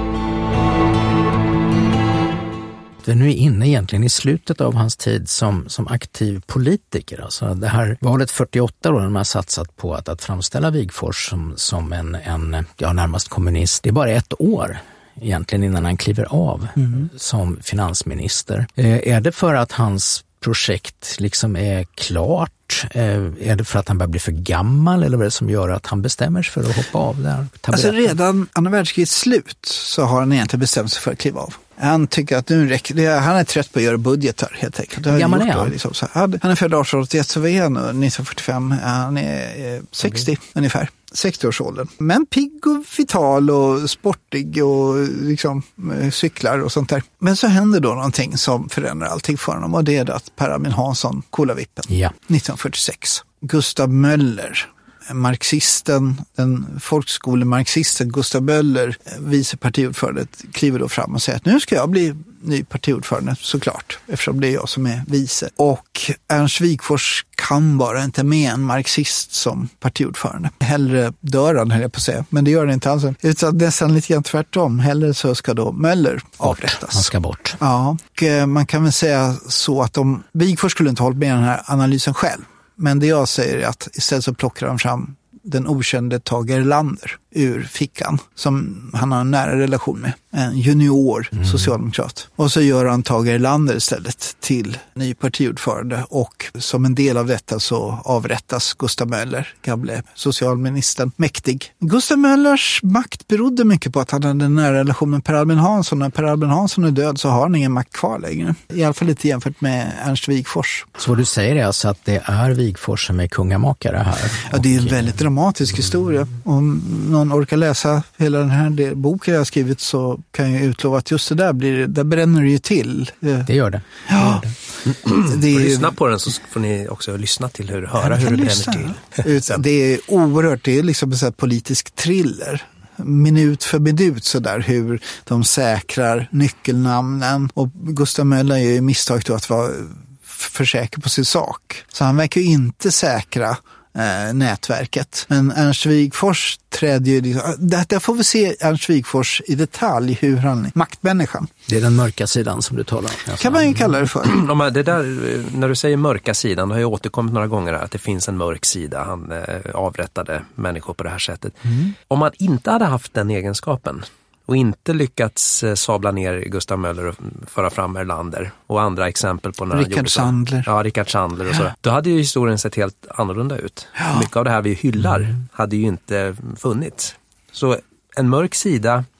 Vi är nu inne egentligen i slutet av hans tid som, som aktiv politiker. Alltså det här valet fyrtioåtta då, när man har satsat på att, att framställa Wigforss som, som en, en ja, närmast kommunist. Det är bara ett år egentligen innan han kliver av mm. som finansminister. Eh, är det för att hans projekt liksom är klart? Eh, är det för att han börjar bli för gammal, eller vad är det som gör att han bestämmer sig för att hoppa av där? Alltså redan andra världskrigets slut så har han egentligen bestämt sig för att kliva av. Han tycker att nu räcker det. Han är trött på att göra budgetar helt enkelt. Hur gammal är han? Liksom så här. Han är född arton åttioett, så var han nittonhundrafyrtiofem. Han är eh, sextio mm. ungefär. sextio-årsåldern. Men pigg och vital och sportig och liksom eh, cyklar och sånt där. Men så händer då någonting som förändrar allting för honom, och det är att Per Albin Hansson kolar vippen. Ja. nittonhundrafyrtiosex. Gustav Möller, marxisten, den folkskolemarxisten Gustav Möller, vice partiordförande, kliver då fram och säger att nu ska jag bli ny partiordförande, såklart, eftersom det är jag som är vice. Och Ernst Wigforss kan bara inte med en marxist som partiordförande. Hellre dör han, höll jag på att säga, men det gör det inte alls. Utan nästan lite grann tvärtom. Hellre så ska då Möller avrättas. Han ska bort. Ja, och man kan väl säga så att om Wigforss skulle inte hållit med den här analysen själv. Men det jag säger är att istället så plockar han fram den okände Tage Erlander ur fickan, som han har en nära relation med. En junior mm. socialdemokrat. Och så gör han Tage Erlander istället till ny partiordförande, och som en del av detta så avrättas Gustav Möller, gamle socialministern, mäktig. Gustav Möllers makt berodde mycket på att han hade en nära relation med Per Albin Hansson. När Per Albin Hansson är död så har han ingen makt kvar längre. I alla fall lite jämfört med Ernst Wigforss. Så vad du säger är alltså att det är Wigforss som är kungamakare här? Ja, det är en väldigt dramatisk historia. Om någon orkar läsa hela den här boken jag har skrivit, så kan jag utlova att just det där blir, där bränner det ju till. Det gör det. Ja. Det det är, får lyssna på den, så får ni också lyssna till hur, höra hur det bränner till. Det är oerhört, det är liksom en sån här politisk thriller. Minut för minut så där, hur de säkrar nyckelnamnen, och Gustav Möller är ju misstag då att vara för säker på sin sak. Så han verkar ju inte säkra Eh, nätverket. Men Ernst Wigforss trädde ju liksom, där, där får vi se Ernst Wigforss i detalj, hur han är maktmänniskan. Det är den mörka sidan som du talar om. Alltså, kan man ju kalla det för. Det där, när du säger mörka sidan, då har jag återkommit några gånger här, att det finns en mörk sida. Han eh, avrättade människor på det här sättet. Mm. Om man inte hade haft den egenskapen och inte lyckats sabla ner Gustav Möller och föra fram Erlander och andra exempel på när Rickard Sandler. Ja, Rickard Sandler och så. Då hade ju historien sett helt annorlunda ut. Ja. Mycket av det här vi hyllar mm. hade ju inte funnits. Så en mörk sida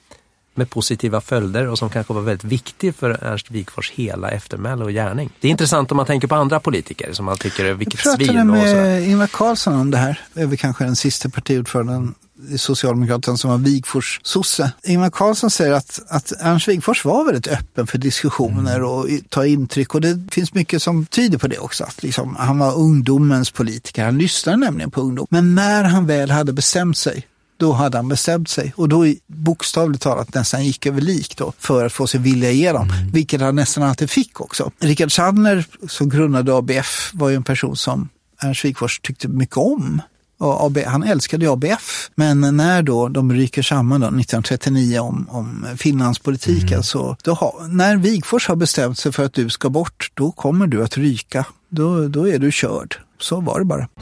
med positiva följder och som kanske var väldigt viktig för Ernst Wigforss hela eftermäle och gärning. Det är intressant om man tänker på andra politiker som man tycker är vilket svin. Jag pratade med Ingvar Carlsson om det här. Det är väl kanske den sista partiordföranden i Socialdemokraterna som var Wigforss sosse. Ingvar Carlsson säger att, att Ernst Wigforss var väldigt öppen för diskussioner mm. och ta intryck, och det finns mycket som tyder på det också. Att liksom, han var ungdomens politiker, han lyssnade nämligen på ungdom. Men när han väl hade bestämt sig, då hade han bestämt sig. Och då bokstavligt talat nästan gick över lik då för att få sig vilja igenom. Mm. Vilket han nästan alltid fick också. Richard Sandler, som grundade A B F, var ju en person som Ernst Wigforss tyckte mycket om. Och A B, han älskade A B F. Men när då de ryker samman då, nittonhundratrettionio om, om finanspolitiken mm. så då har, när Wigforss har bestämt sig för att du ska bort, då kommer du att ryka. Då, då är du körd. Så var det bara.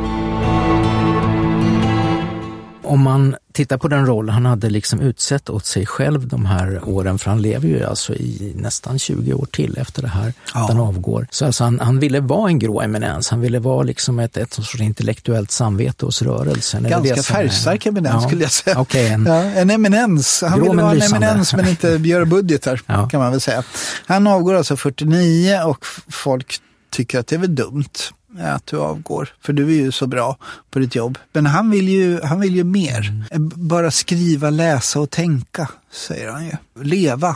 Om man tittar på den roll han hade liksom utsett åt sig själv de här åren, för han lever ju alltså i nästan tjugo år till efter det här, ja. att han avgår. Så alltså han, han ville vara en grå eminens, han ville vara liksom ett, ett sorts intellektuellt samvete hos rörelsen. Ganska det färgstark är... eminens ja. skulle jag säga. Okay, en... Ja, en eminens. Han ville vara en eminens men inte göra budgetar ja. kan man väl säga. Han avgår alltså fyrtionio och folk tycker att det är väl dumt att du avgår, för du är ju så bra på ditt jobb. Men han vill ju, han vill ju mer. Mm. Bara skriva, läsa och tänka, säger han ju. Leva.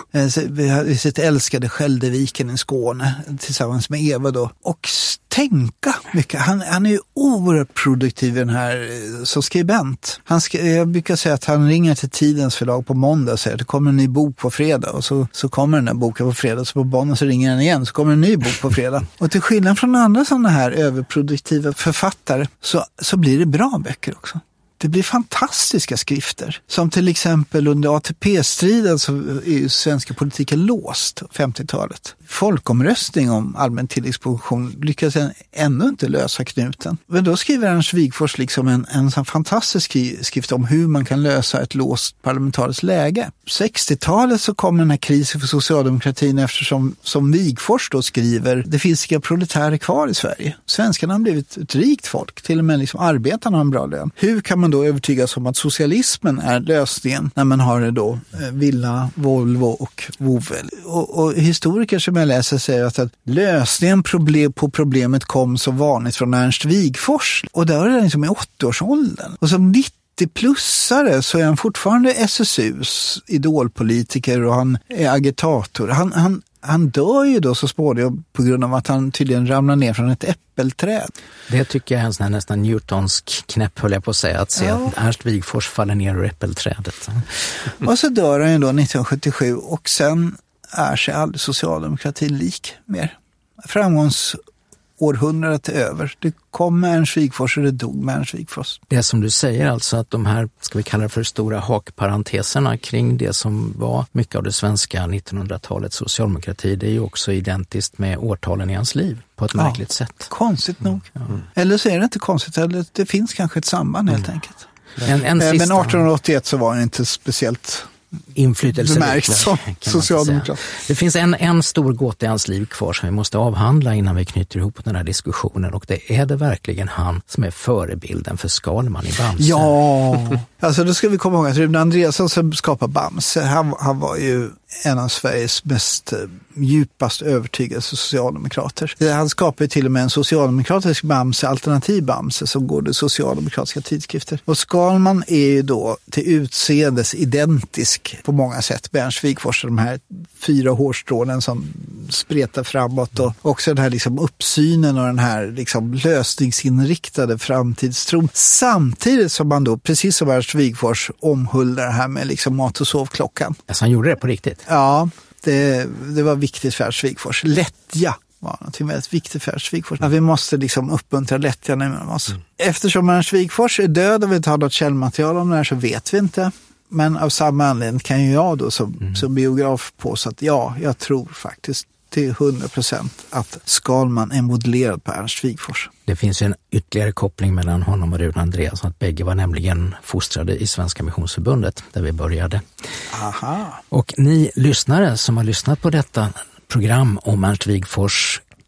I sitt älskade Skäldeviken i Skåne tillsammans med Eva då. Och tänka mycket. Han, han är ju oerhört produktiv den här som skribent. Han sk- jag brukar säga att han ringer till Tidens förlag på måndag och säger att det kommer en ny bok på fredag. Och så, så kommer den där boken på fredag. Så på måndag så ringer han igen, så kommer en ny bok på fredag. Och till skillnad från andra sådana här överproduktiva författare så, så blir det bra böcker också. Det blir fantastiska skrifter. Som till exempel under A T P-striden så är ju svenska politiken låst, femtiotalet. Folkomröstning om allmän tilläggspension lyckas ännu inte lösa knuten. Men då skriver Ernst Wigforss liksom en, en sån fantastisk skrift om hur man kan lösa ett låst parlamentariskt läge. sextiotalet så kommer den här krisen för socialdemokratin eftersom som Wigforss då skriver, det finns inga proletärer kvar i Sverige. Svenskarna har blivit ett rikt folk, till och med liksom arbetarna har en bra lön. Hur kan man då övertygas om att socialismen är lösningen när man har det då Villa, Volvo och Vovve. Och, och historiker som jag läser säger att, att lösningen problem, på problemet kom så vanligt från Ernst Wigforss. Och där är det liksom i åttioårsåldern. Och som nittio-plussare så är han fortfarande S S U:s idolpolitiker och han är agitator. Han, han Han dör ju då så småningom på grund av att han tydligen ramlar ner från ett äppelträd. Det tycker jag är en sån här nästan newtonsk knäpp, höll jag på att säga, att se ja. att Ernst Wigforss faller ner ur äppelträdet. Och så dör han ju då nittonhundrasjuttiosju och sen är sig aldrig socialdemokratin lik mer. Framgångs århundradet är över. Det kom med Ernst Wigforss och det dog med Ernst Wigforss. Det är som du säger alltså att de här, ska vi kalla det för stora hakparenteserna kring det som var mycket av det svenska nittonhundratalets socialdemokrati, det är ju också identiskt med årtalen i hans liv på ett ja, märkligt sätt. Konstigt nog. Mm. Ja. Eller så är det inte konstigt, eller det finns kanske ett samband helt mm. enkelt. En, en Men sista... artonhundraåttioett så var det inte speciellt inflytelserika som socialdemokrat. Det finns en, en stor gåta i hans liv kvar som vi måste avhandla innan vi knyter ihop den här diskussionen, och det är det verkligen han som är förebilden för Skalman i Bamse. Ja, alltså då ska vi komma ihåg att Rune Andreasson som skapade Bamse, han, han var ju en av Sveriges mest djupast övertygade socialdemokrater. Han skapade till och med en socialdemokratisk Bamse, alternativ Bamse, som går det socialdemokratiska tidskrifter. Och Skalman är ju då till utseendes identisk på många sätt med Ernst Wigforss, de här fyra hårstrålen som spretar framåt och också den här liksom uppsynen och den här liksom lösningsinriktade framtidstron. Samtidigt som man då, precis som Ernst Wigforss, omhuldar det här med liksom mat- och sovklockan. Alltså han gjorde det på riktigt? Ja, det, det var viktigt för Ernst Wigforss. Lättja var något väldigt viktigt för Ernst Wigforss. Ja, vi måste liksom uppmuntra lättja med oss. Mm. Eftersom Ernst Wigforss är död och vi inte har något källmaterial om det här så vet vi inte. Men av samma anledning kan ju jag då som, mm. som biograf på så att ja, jag tror faktiskt till hundra procent att Skalman är modellerad på Ernst Wigforss. Det finns ju en ytterligare koppling mellan honom och Rune Andreasson, att bägge var nämligen fostrade i Svenska Missionsförbundet där vi började. Aha. Och ni lyssnare som har lyssnat på detta program om Ernst Wigforss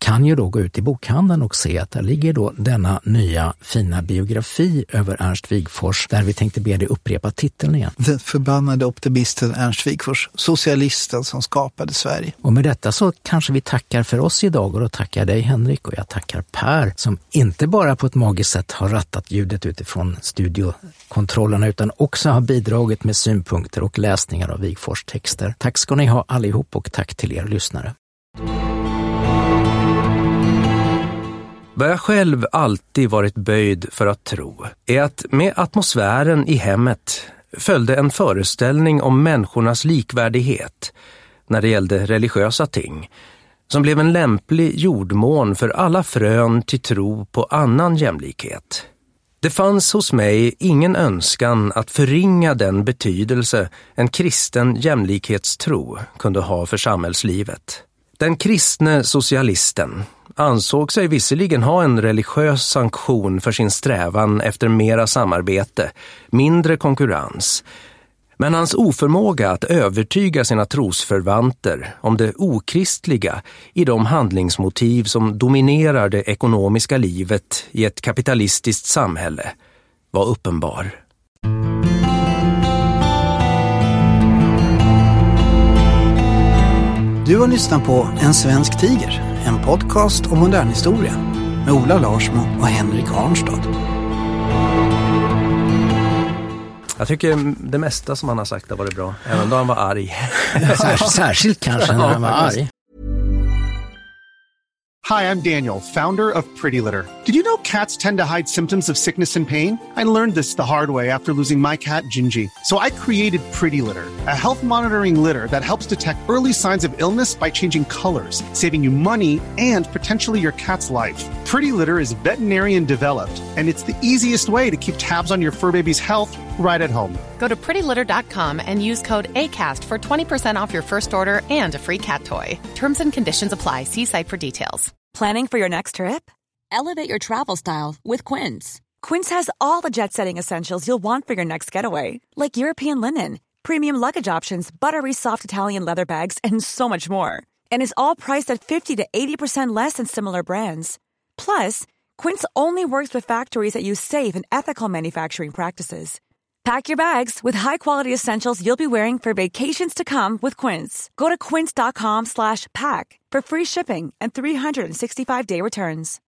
kan ju då gå ut i bokhandeln och se att där ligger då denna nya fina biografi över Ernst Wigforss, där vi tänkte be dig upprepa titeln igen. Den förbannade optimisten Ernst Wigforss, socialisten som skapade Sverige. Och med detta så kanske vi tackar för oss idag, och då tackar dig Henrik och jag tackar Per som inte bara på ett magiskt sätt har rattat ljudet utifrån studiokontrollerna utan också har bidragit med synpunkter och läsningar av Wigforss texter. Tack ska ni ha allihop och tack till er lyssnare. Vad jag själv alltid varit böjd för att tro är att med atmosfären i hemmet följde en föreställning om människornas likvärdighet när det gällde religiösa ting, som blev en lämplig jordmån för alla frön till tro på annan jämlikhet. Det fanns hos mig ingen önskan att förringa den betydelse en kristen jämlikhetstro kunde ha för samhällslivet. Den kristne socialisten ansåg sig visserligen ha en religiös sanktion för sin strävan efter mera samarbete, mindre konkurrens, men hans oförmåga att övertyga sina trosförvanter om det okristliga i de handlingsmotiv som dominerar det ekonomiska livet i ett kapitalistiskt samhälle var uppenbar. Du har lyssnat på En svensk tiger, en podcast om modern historia med Ola Larsmo och Henrik Arnstad. Jag tycker det mesta som han har sagt har varit bra, även då han var arg. Särskilt, särskilt kanske när han var arg. Hi, I'm Daniel, founder of Pretty Litter. Did you know cats tend to hide symptoms of sickness and pain? I learned this the hard way after losing my cat, Gingy. So I created Pretty Litter, a health monitoring litter that helps detect early signs of illness by changing colors, saving you money and potentially your cat's life. Pretty Litter is veterinarian developed, and it's the easiest way to keep tabs on your fur baby's health right at home. Go to pretty litter dot com and use code ACAST for twenty percent off your first order and a free cat toy. Terms and conditions apply. See site for details. Planning for your next trip? Elevate your travel style with Quince. Quince has all the jet-setting essentials you'll want for your next getaway, like European linen, premium luggage options, buttery soft Italian leather bags, and so much more. And is all priced at fifty to eighty percent less than similar brands. Plus, Quince only works with factories that use safe and ethical manufacturing practices. Pack your bags with high-quality essentials you'll be wearing for vacations to come with Quince. Go to quince dot com slash pack for free shipping and three sixty-five day returns.